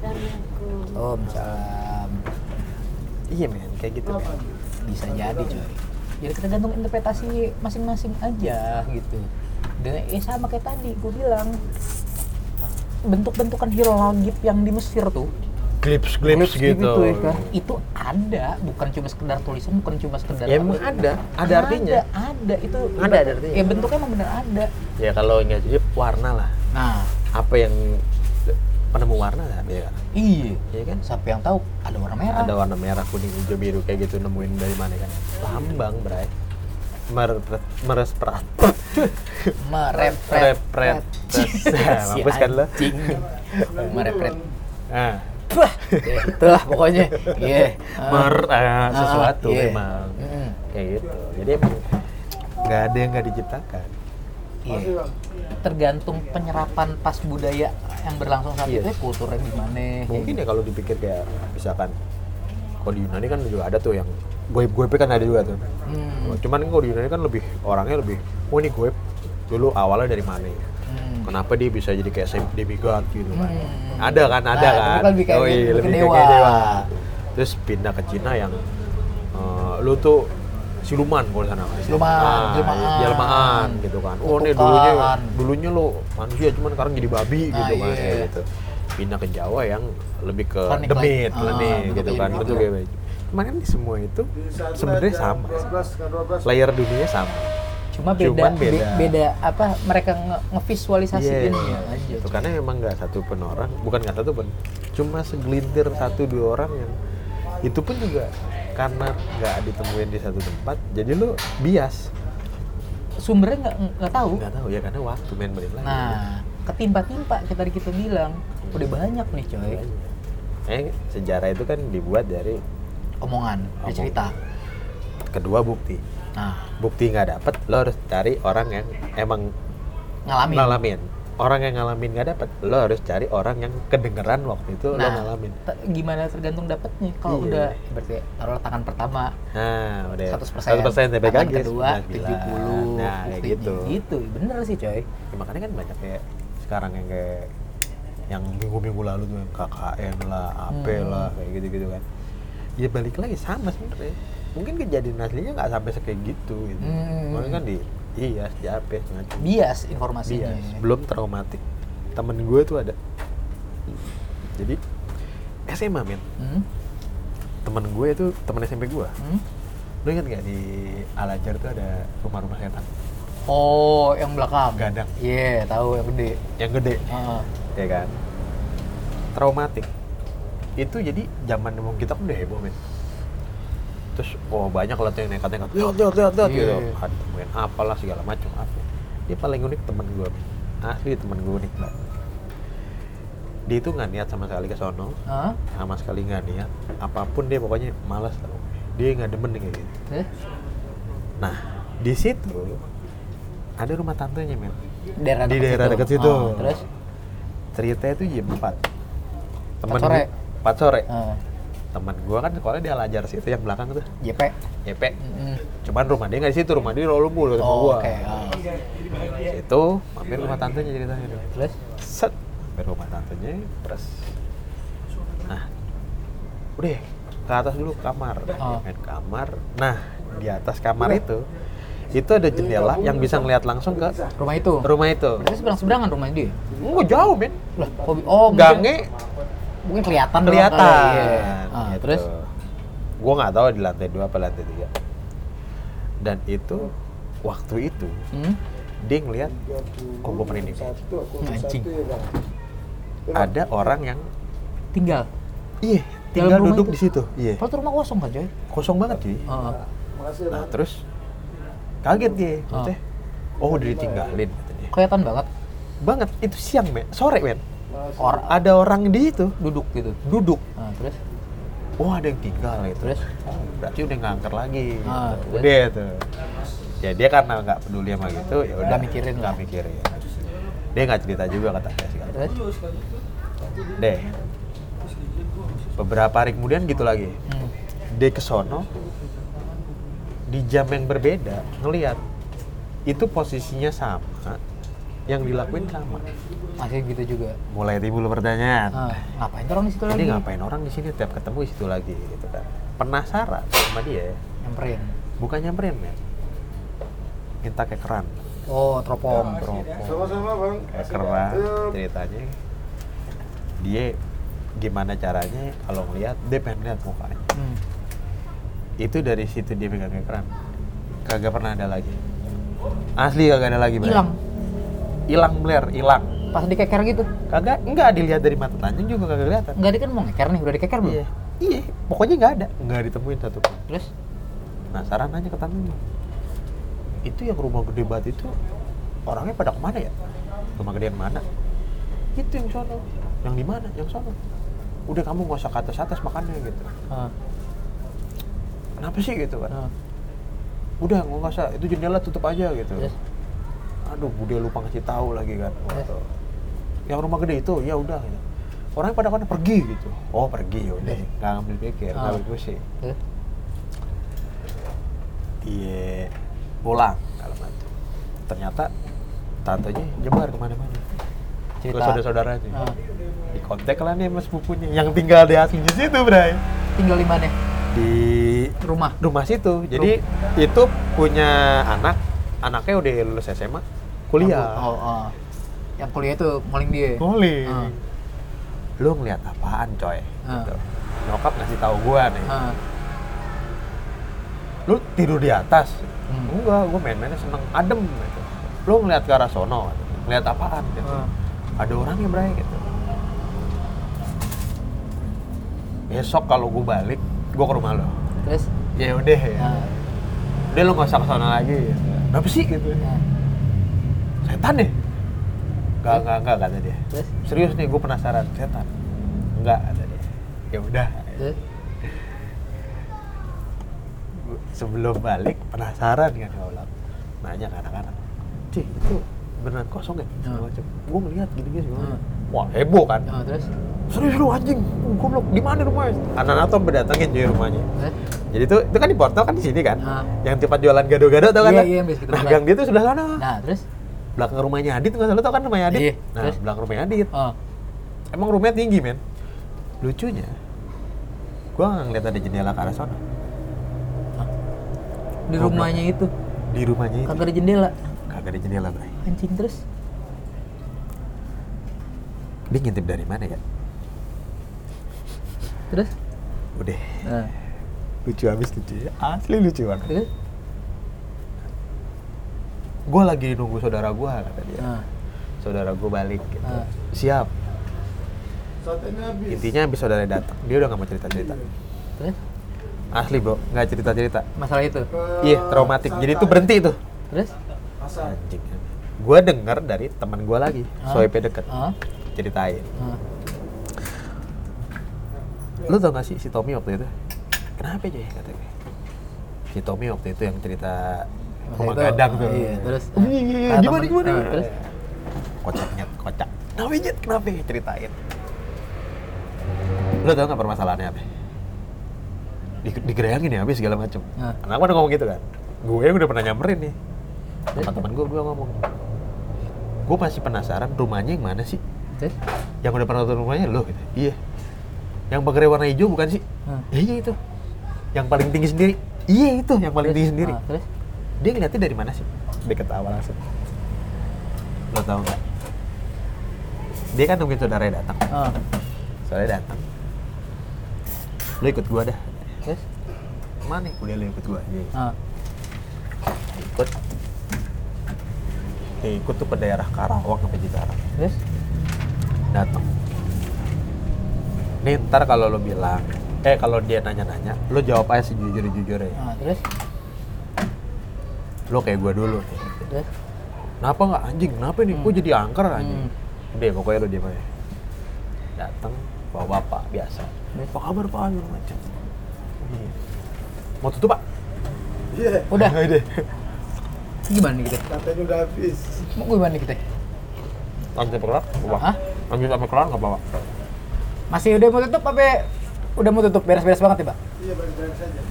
Om, salam. Iya men, kayak gitu men. Bisa jadi coy. Jadi tergantung interpretasi masing-masing aja gitu. Dan ya sama kayak tadi gue bilang, bentuk-bentukan hieroglif yang di Mesir tuh, Glips-glips glyphs gitu. ya kan, itu ada, bukan cuma sekedar tulisan, bukan cuma sekedar Ya emang apa. ada, ada artinya. Ada, ada itu. Ada, ada artinya. Ya bentuknya emang bener ada. Ya kalau nggak jadi warna lah. Nah, Apa yang penemu warna lah dia. iya. Iya kan? Siapa yang tahu ada warna merah? Ada warna merah, kuning, hijau, biru kayak gitu nemuin dari mana kan? Lambang, Bray. Merepret, meresperat. Merepret. Repret. Mampus kan lo? anjing. Merepret. Ah, Wah, itulah pokoknya. Iya. mer ah, sesuatu iya. memang. Mm. Kayak gitu. Jadi emang nggak ada yang nggak diciptakan. Iya. Tergantung penyerapan pas budaya yang berlangsung saat Iya. itu, ya, kulturnya gimana. Mungkin ya kalau dipikir kayak misalkan kalau di Yunani kan juga ada tuh yang goib-goib kan ada juga tuh. Hmm. Cuman kalau di Yunani kan lebih orangnya lebih, oh ini goib dulu awalnya dari mana ya? Hmm. Kenapa dia bisa jadi kayak sem- demigod gitu kan? Hmm. Ada kan, ada Nah, kan? tapi kan lebih kayak- oh, iya, lebih lebih ke kayak dewa. dewa. Terus pindah ke Cina yang eh, lu tuh siluman kalau sana kan? Siluman, Ah, jelmaan. jelmaan gitu kan. Oh ini Kutukan. dulunya dulunya lu manusia cuman sekarang jadi babi Nah, gitu kan iya. kayak gitu. Pindah ke Jawa yang lebih ke Klinik demit, lagi. klinik Ah, gitu bentuknya kan. gitu. Bentuk kayak gitu. Cuman kan semua itu sebenarnya sama. sebelas ke dua belas. Layer dunia sama. Cuma beda, Cuman be- beda. beda apa mereka nge- ngevisualisasiin Iya, ya aja. gitu. Karena memang nggak satu pun orang, bukan nggak satu pun, cuma segelintir satu dua orang yang itu pun juga karena nggak ditemuin di satu tempat, jadi lu bias. Sumbernya nggak nggak tahu. Nggak tahu ya karena waktu main balik lagi. Nah, ketimpa-timpa kita tadi kita bilang udah banyak nih coy. Eh sejarah itu kan dibuat dari Omongan, Omong. dari cerita. kedua bukti. Nah, Bukti nggak dapet, lo harus cari orang yang emang ngalamin. ngalamin. Orang yang ngalamin nggak dapet, lo harus cari orang yang kedengeran waktu itu lo Nah, ngalamin. te- gimana tergantung dapetnya. Kalau Iya. udah berarti taruh tangan pertama Nah, udah seratus persen, seratus persen T P K tangan G, kedua tujuh puluh. Nah, kayak gitu. Gitu, bener sih coy. Ya, makanya kan banyak kayak sekarang yang kayak yang minggu-minggu lalu tuh yang K K N lah, A P Hmm. lah, kayak gitu-gitu kan. Ya balik lagi sama sebenarnya. Mungkin kejadian aslinya nggak sampai sekayak gitu gitu. Hmm. Makanya kan di iya, di A P macam. Bias informasinya. Bias, belum traumatik. Temen gue tuh ada. Jadi S M A men. Hmm? Temen gue itu temen S M P gue. Hmm? Lu ingat nggak di Al Azhar tuh ada rumah-rumah setan? Oh, yang belakang. Gadang. Iya, tahu yang gede. Yang gede, Heeh. ya kan? Traumatik. Itu jadi zaman emang kita kan udah heboh, men. Terus, oh banyak lah tuh yang nekat-nekat, lihat, lihat, lihat, lihat, gitu. Iya. Ada main apalah segala macam apa. Dia paling unik temen gue, men. Asli temen gue unik banget. Dia itu nggak niat sama sekali ke sono, Hah? sama sekali nggak niat. Apapun dia pokoknya malas tau. Dia nggak demen kayak gitu. Eh? Nah, di situ ada rumah tantenya, men. Daerah Di dekat daerah situ. dekat situ. Oh, terus? Ceritanya itu jam empat. Temen empat sore? gua- empat sore. Heeh. Temen gua kan sekolahnya di Al-Azhar situ yang belakang tuh. J P. Y P. Mm-mm. Cuman rumah dia nggak di situ, rumah dia di Rolumbu dekat rumah Oh, gua. oke. ah. Itu mampir rumah tantenya ceritanya tuh. Terus? Set, mampir rumah tantenya, terus. Nah, udah ke atas dulu ke kamar, Oh. main kamar. Nah, di atas kamar itu, itu ada jendela yang bisa ngeliat langsung ke Rumah itu. rumah itu. Berarti seberang-seberangan rumahnya dia. Enggak jauh, men. Lah, oh, oh mungkin, Gangnya mungkin kelihatan doang kelihatan. kali, iya. Ah, gitu. terus? Gua nggak tahu di lantai dua apa lantai tiga. Dan itu waktu itu Hmm? dia ngeliat, kok gue merinding. Anjing. Ada orang yang Tinggal. iya Dalam tinggal rumah duduk itu? di situ. Iya. Kalau tuh rumah kosong kan, coy? Kosong banget cuy. Heeh. Nah terus kaget dia, Ah. maksudnya, oh udah ditinggalin katanya. Kelihatan banget Banget, itu siang men, sore men. orang Ada orang di itu duduk gitu. duduk. Nah, terus? Oh ada yang tinggal gitu. Terus? Oh, berarti udah nggak angker lagi. Ah, gitu. terus? Udah tuh. Ya dia karena nggak peduli sama gitu, ya udah Nggak mikirin nggak lah. mikirin. Dia nggak cerita juga kata dia segala. Terus? Deh. Beberapa hari kemudian gitu lagi. Hmm. Dia kesono di jam yang berbeda ngelihat itu posisinya sama, yang dilakuin sama. Masih gitu juga. Mulai timbul pertanyaan. Ah, ngapain tuh orang di situ lagi? Ini ngapain orang di sini tiap ketemu di situ lagi gitu kan. Penasaran sama dia, Nyamperin. bukan nyamperin men. Minta kekeran. Oh, teropong. Teropong. Sama-sama bang. Kekeran ceritanya. Dia gimana caranya kalau ngeliat dia pengen lihat mukanya. Hmm. Itu dari situ dia pegang kekeran. Kagak pernah ada lagi. Asli kagak ada lagi. Bray. Hilang. Hilang Blair, hilang. Pas dikeker gitu. Kagak, enggak dilihat dari mata telanjang juga kagak kelihatan. Enggak, dia kan mau ngeker nih, udah dikeker belum? Iya, iya, pokoknya nggak ada, nggak ditemuin satu pun. Terus? Penasaran nanya ke tantenya. Itu yang rumah gede banget itu orangnya pada kemana ya? Rumah gedean mana? Itu yang sono. Yang di mana? Yang sono. Udah kamu nggak usah ke atas-atas makannya gitu. Ah. Kenapa sih gitu kan? Ah. Udah nggak usah, itu jendela tutup aja gitu. Terus? Aduh, bude lupa ngasih tahu lagi kan. Terus? Gitu. Yang rumah gede itu, ya udah. Gitu. Orangnya pada mana pergi gitu. Oh pergi ya udah, Terus? nggak ngambil pikir, nggak Ah. ambil pusing. Terus? Iya, pulang kalau mati. Ternyata tantenya nyebar kemana-mana. Ke Cerita. saudara-saudaranya. Ah. Di kontak lah nih sama sepupunya yang tinggal di asli di situ, Bray. Tinggal di mana? Di Rumah. rumah situ. Jadi itu punya anak, anaknya udah lulus S M A, kuliah. Oh, oh. Yang kuliah itu maling dia. Kuliah. Ah. Lu ngeliat apaan, coy? Ah. Gitu. Nyokap ngasih tahu gua nih. Ah. Lu tidur di atas? Hmm. Enggak, gua main-mainnya seneng adem gitu. Lu ngeliat ke arah sono, gitu. Ngeliat apaan gitu. Ah. Ada orangnya, Bray, gitu. Besok kalau gua balik, gua ke rumah lo. Terus? Ya udah ya. Ah. Udah lu nggak usah kesana lagi. Kenapa sih gitu? Ah. Setan deh. Enggak, enggak, enggak kata dia. Terus? Serius nih, gue penasaran. Setan. Enggak kata dia. Ya udah. Terus? Sebelum balik penasaran kan gue bilang. Nanya ke anak-anak. Cih, itu beneran kosong ya? Segala Hmm. macam. Gue ngeliat gini-gini segala macam. Hmm. Wah, heboh kan? Ah, terus? Serius lu anjing. Gue bilang, di mana rumahnya? Anak-anak tuh berdatangin jadi rumahnya. Terus? Jadi itu itu kan di portal kan di sini kan. Ah. Yang tempat jualan gado-gado tau kan? Iya, lah? iya, yang biasa kita Nah, buka. gang dia tuh sebelah sana. Nah, terus? Belakang rumahnya Adit nggak salah tau kan rumahnya Adit? Iya, Nah, terus? belakang rumahnya Adit. Oh. Emang rumahnya tinggi, men. Lucunya, gua nggak ngeliat ada jendela ke arah sana. Di Goblok. rumahnya itu Di rumahnya itu kagak ada jendela. kagak ada jendela, Bray. Anjing, terus? Dia ngintip dari mana ya? Terus? Udah, Nah, lucu habis lucu ya. Asli lucu banget. terus? gue lagi nunggu saudara gue kata dia. Ah. Saudara gue balik gitu. Ah. Siap. Satenya habis. Intinya habis saudara datang, dia udah nggak mau cerita cerita. Terus Asli bro, nggak cerita cerita. masalah itu. Iya, traumatik. Jadi itu berhenti itu. Terus? Masa? Anjing. Gue denger dari teman gue lagi, Ah. soepe deket, Ah. ceritain. Ah. Lu tau gak sih si Tommy waktu itu? Kenapa aja ya kata gue? Si Tommy waktu itu yang cerita Masa rumah itu, gadang tuh. Iya, terus. Iya, iya, iya. Ah, Gimana, temen- gimana? ah, terus? Kocaknya, kocak. Kenapa Jet? Kenapa? Ceritain. Lu tau gak permasalahannya apa? Di, digerayangin ya habis segala macem. Ah. Kenapa udah ngomong gitu kan? Gue udah pernah nyamperin nih. Teman-teman gue berdua ngomong. Gue masih penasaran rumahnya yang mana sih? Terus? Yang udah pernah nonton rumahnya lo gitu. Iya. Yang pagar warna hijau bukan sih? Hmm. Ya, iya itu. Yang paling tinggi sendiri. Iya itu yang paling Terus? tinggi sendiri. Ah, terus? Dia ngeliatnya dari mana sih? Dia ketawa langsung. Lo tau nggak? Dia kan nungguin saudaranya datang. Ah. Saudaranya datang. Lo ikut gua dah. Terus? Mana? Udah lo ikut gua. Iya. Ah. Ikut. Dia ikut tuh ke daerah Karawang sampai Cikarang. Terus? Datang. Nih ntar kalau lo bilang, eh kalau dia nanya-nanya, lo jawab aja sejujur-jujurnya. Ah, terus? Lo kayak gua dulu nih. Terus? Kenapa nggak anjing? Kenapa nih? Kok jadi angker anjing? Hmm. Udah pokoknya lo diam aja. Datang bawa bapak biasa. Terus? Apa kabar pak? Segala macam. Iya. Mau tutup pak? Iya. Udah. Ayo deh. Gimana nih kita? Katanya udah habis. Mau gimana nih kita? Lanjut sampai kelar? Apa? Hah? Lanjut sampai kelar nggak apa-apa? Masih udah mau tutup apa? Udah mau tutup beres-beres banget ya, Pak? Iya, balik-balik saja.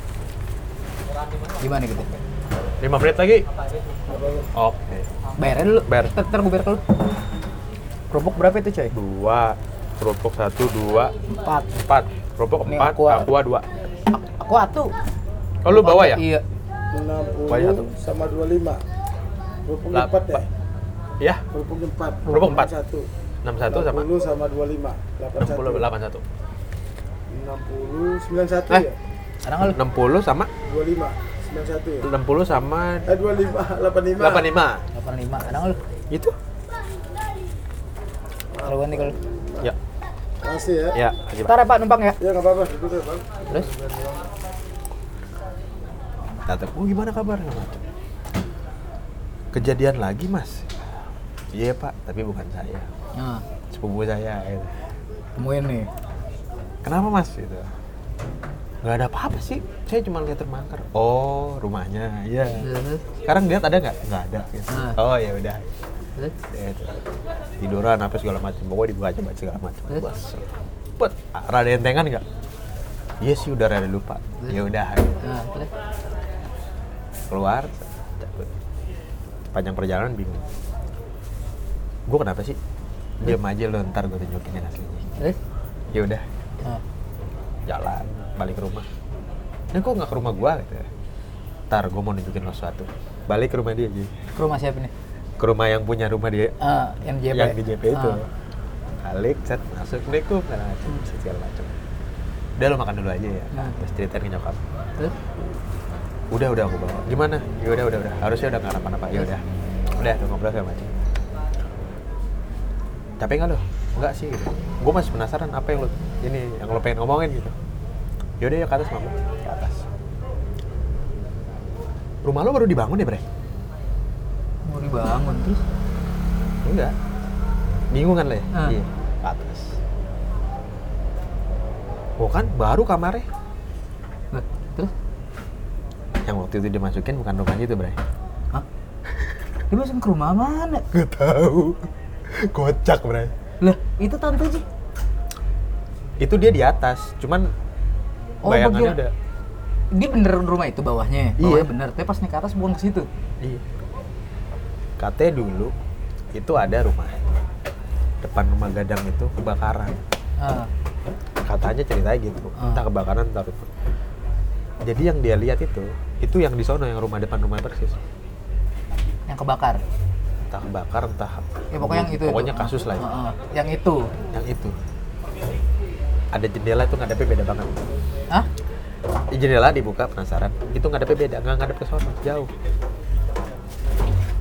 Gimana gitu? lima menit lagi? Apa lu? Oke. Bayarin dulu. Bayar. Ntar, ntar gue bayar ke lu. Kerupuk berapa itu, coy? Dua. Kerupuk satu, dua, Empat. empat. Kerupuk Ini empat, aqua. aqua dua. Aku atu. Oh lu bawa ya? Iya. enam Bayar satu. puluh sama dua puluh lima. Kerupuk Lah, empat ya? Pak. Iya. Kerupuk empat. Kerupuk empat. satu. enam puluh satu sama enam puluh sama dua puluh lima. delapan enam satu. puluh delapan satu. enam puluh sembilan satu Eh. ya? Sekarang lu. enam puluh sama dua puluh lima. sembilan satu ya? enam puluh sama Eh, dua puluh lima. delapan puluh lima. delapan puluh lima. delapan puluh lima. Sekarang lu. Itu? Kalau ganti kalau. Ya. Masih ya? Ya, kasih Pak. Ntar ya, Pak, numpang ya. Ya, nggak apa-apa. Duduk ya, Bang. Terus? Kata, oh gimana kabar? Nggak macam. Kejadian lagi mas? Iya pak, tapi bukan saya. Nah, Sepupu saya. Gitu. temuin nih. Kenapa mas? Gitu. Nggak ada apa-apa sih. Saya cuma lihat rumah angker. Oh rumahnya, iya. Terus? Sekarang lihat ada nggak? Nggak ada. Gitu. Ah. Oh ya udah. Terus? Ya, itu. Tiduran apa segala macam. Pokoknya dibuka aja baca segala macam. Terus? Bas. Pet, rada entengan nggak? Iya sih udah rada lupa. Ya udah. Nah, terus? Keluar cabut. Panjang perjalanan bingung gue kenapa sih diam aja lo ntar gue tunjukin yang aslinya Terus? ya udah Nah, jalan balik ke rumah ini kok nggak ke rumah gue gitu ntar gue mau nunjukin lo sesuatu balik ke rumah dia aja ke rumah siapa nih? ke rumah yang punya rumah dia Ah, yang di J P. yang di J P itu Ah. balik set masuk assalamualaikum segala macam segala macam udah lo makan dulu aja ya Nah. terus ceritain ke nyokap Terus? udah udah aku bawa gimana ya udah udah udah harusnya udah nggak apa-apa ya udah udah tuh ngobrol segala macam capek nggak lo enggak sih gitu gue masih penasaran apa yang lo ini yang lo pengen ngomongin gitu yaudah ya ke atas mama ke atas rumah lo baru dibangun ya bre Mau dibangun terus? enggak bingung kan lo ya Ah. iya ke atas oh kan baru kamarnya Lah, terus? yang waktu itu dimasukin bukan rumahnya itu bre Hah? Dia masukin ke rumah mana? nggak tahu kocak bre Lah, itu tante sih. itu dia di atas cuman Oh, bayangannya gua kira- udah Dia bener rumah itu bawahnya. Iya. Bawahnya bener. Tapi pas naik ke atas bukan ke situ. iya katanya dulu itu ada rumah depan rumah gadang itu kebakaran Ah. katanya ceritanya gitu Ah. entah kebakaran entah apa jadi yang dia lihat itu itu yang di sono yang rumah depan rumah persis Yang kebakar. entah kebakar entah Ya pokoknya yang itu. pokoknya itu. kasus lah ya. Ah, ah. Yang itu. yang itu ada jendela itu ngadepnya beda banget Hah? jendela dibuka penasaran itu ngadepnya beda nggak ngadep ke sono jauh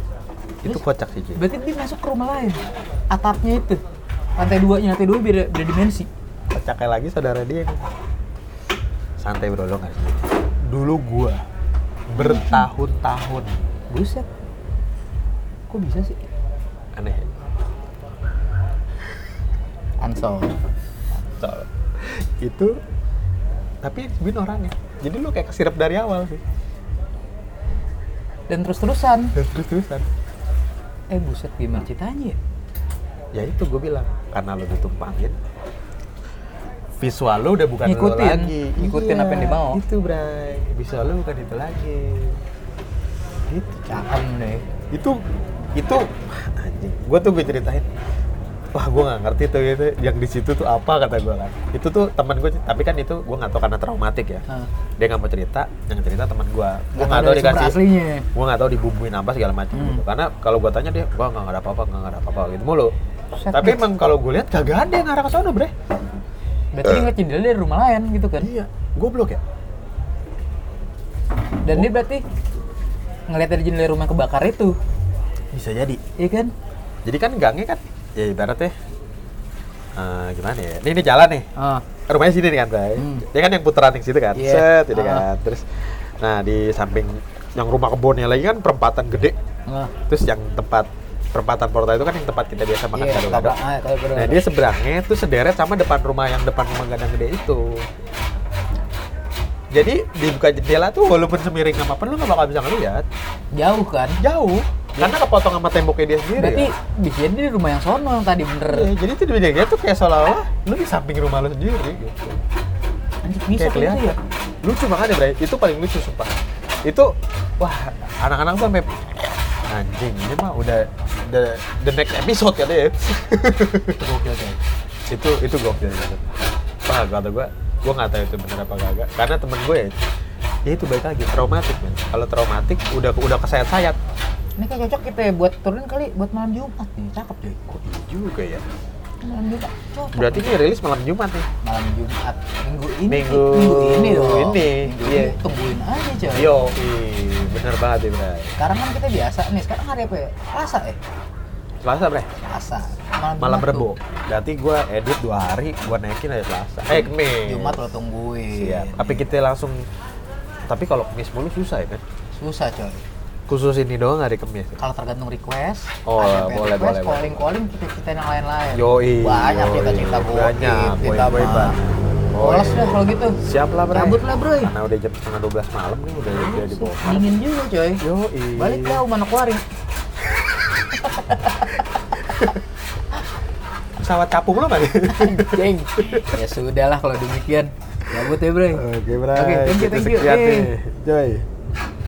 Itu kocak sih, cuy. Berarti dia masuk ke rumah lain. Atapnya itu. Lantai duanya, lantai dua beda, beda dimensi. Kocaknya lagi saudara dia nih. Santai bro, lo nggak sih? Dulu gua bertahun-tahun. Buset. Kok bisa sih? Aneh ya? Ansol. So, itu tapi Bin orangnya. Jadi lu kayak kesirep dari awal sih. Dan terus-terusan. Dan terus-terusan. Eh buset, gimana ceritanya ya? Ya itu gue bilang, karena lu ditumpangin, visual lu udah bukan Ngikutin, lu lagi. ngikutin Iya, apa yang dimau. Itu Bray, visual lu bukan itu lagi. Gitu. Cakep nih. Itu, itu, anjing. Gue tuh gue ceritain, wah gue nggak ngerti tuh gitu, yang di situ tuh apa kata gue kan. Itu tuh teman gue, tapi kan itu gue nggak tahu karena traumatik ya. Hah. Dia nggak mau cerita, yang cerita teman gue. Gue Nggak nggak tahu tahu dari sumber dikasih, aslinya. gue nggak tahu dibumbuin apa segala macam Hmm. gitu. Karena kalau gue tanya dia, gue nggak ada apa-apa, nggak ada apa-apa gitu mulu. Set, Tapi bet. emang kalau gue lihat kagak ada yang ngarah ke sana, bre. Berarti dia ngeliat jendela dari rumah lain gitu kan? Iya, goblok ya. Dan dia berarti ngeliat dari jendela rumah yang kebakar itu. Bisa jadi. Iya kan? Jadi kan gangnya kan, ya ibaratnya, uh, gimana ya? Ini, ini jalan nih. Ah. Rumahnya sini nih kan, Bray. Hmm. Dia kan yang putaran yang situ kan, Iya. set, gitu Ah. kan. Terus, nah di samping yang rumah kebunnya lagi kan perempatan gede. Ah. Terus yang tempat perempatan portal itu kan yang tempat kita biasa makan Iya, gado-gado. tabrak- ah, gado-gado. Nah dia seberangnya tuh sederet sama depan rumah yang depan rumah gadang gede itu. Jadi dibuka jendela tuh walaupun semiring apapun lu nggak bakal bisa ngeliat. Jauh kan? Jauh. Karena kepotong sama temboknya dia sendiri. Berarti ya. bisa jadi di rumah yang sono yang tadi bener. Iya, jadi tuh dia tuh kayak seolah-olah lu di samping rumah lu sendiri gitu. Anjir bisa Kayak kayak gitu kelihatan. ya? Lucu makanya, Bray. Itu paling lucu sumpah. Itu wah, anak-anak tuh sampai anjing, ini mah udah the, the next episode katanya ya. Gokil coy. itu itu gokil gitu. Wah, kata gua, gua nggak tahu itu bener apa kagak. Karena temen gue ya, ya itu baik lagi traumatik men. Kalau traumatik udah udah kesayat-sayat. Ini kayak cocok kita ya buat turunin kali buat malam Jumat nih. Cakep coy. Kok iya juga ya? Malam Jumat. Cocok. Berarti ini rilis malam Jumat nih. malam Jumat minggu ini. Minggu ini dong. ini, Minggu iya. ini tungguin aja coy. Yo, ih, bener banget ya, Bray. Sekarang kan kita biasa nih. Sekarang hari apa ya? Selasa ya? Selasa, Bray. Selasa. Malam, Malam Jumat Rebo. tuh. Berarti gua edit dua hari, gua naikin aja Selasa. Eh, Kemis. Jumat lo tungguin. Siap. Tapi kita langsung, tapi kalau Kemis mulu susah ya kan? Susah coy. Khusus ini doang hari Kemis. Kalau tergantung request, Oh, ada yang boleh, request, boleh, calling calling kita kita yang lain-lain. Yoi. Banyak yoi. kita cerita bohong. Banyak. Kita Boy, boy, mah. Bang. Bolos dah kalau gitu. Siap lah, Bray. Cabut lah, Bray. Karena udah jam setengah dua belas malam nih, udah udah di bawah. Dingin juga coy. Yoi. Balik lah Manokwari. Pesawat capung lo mana? Anjing. Ya sudah lah kalau demikian. Cabut ya, Bray. Oke, Bray. Oke, thank you, Kita thank you. sekian Eh. nih. Joy.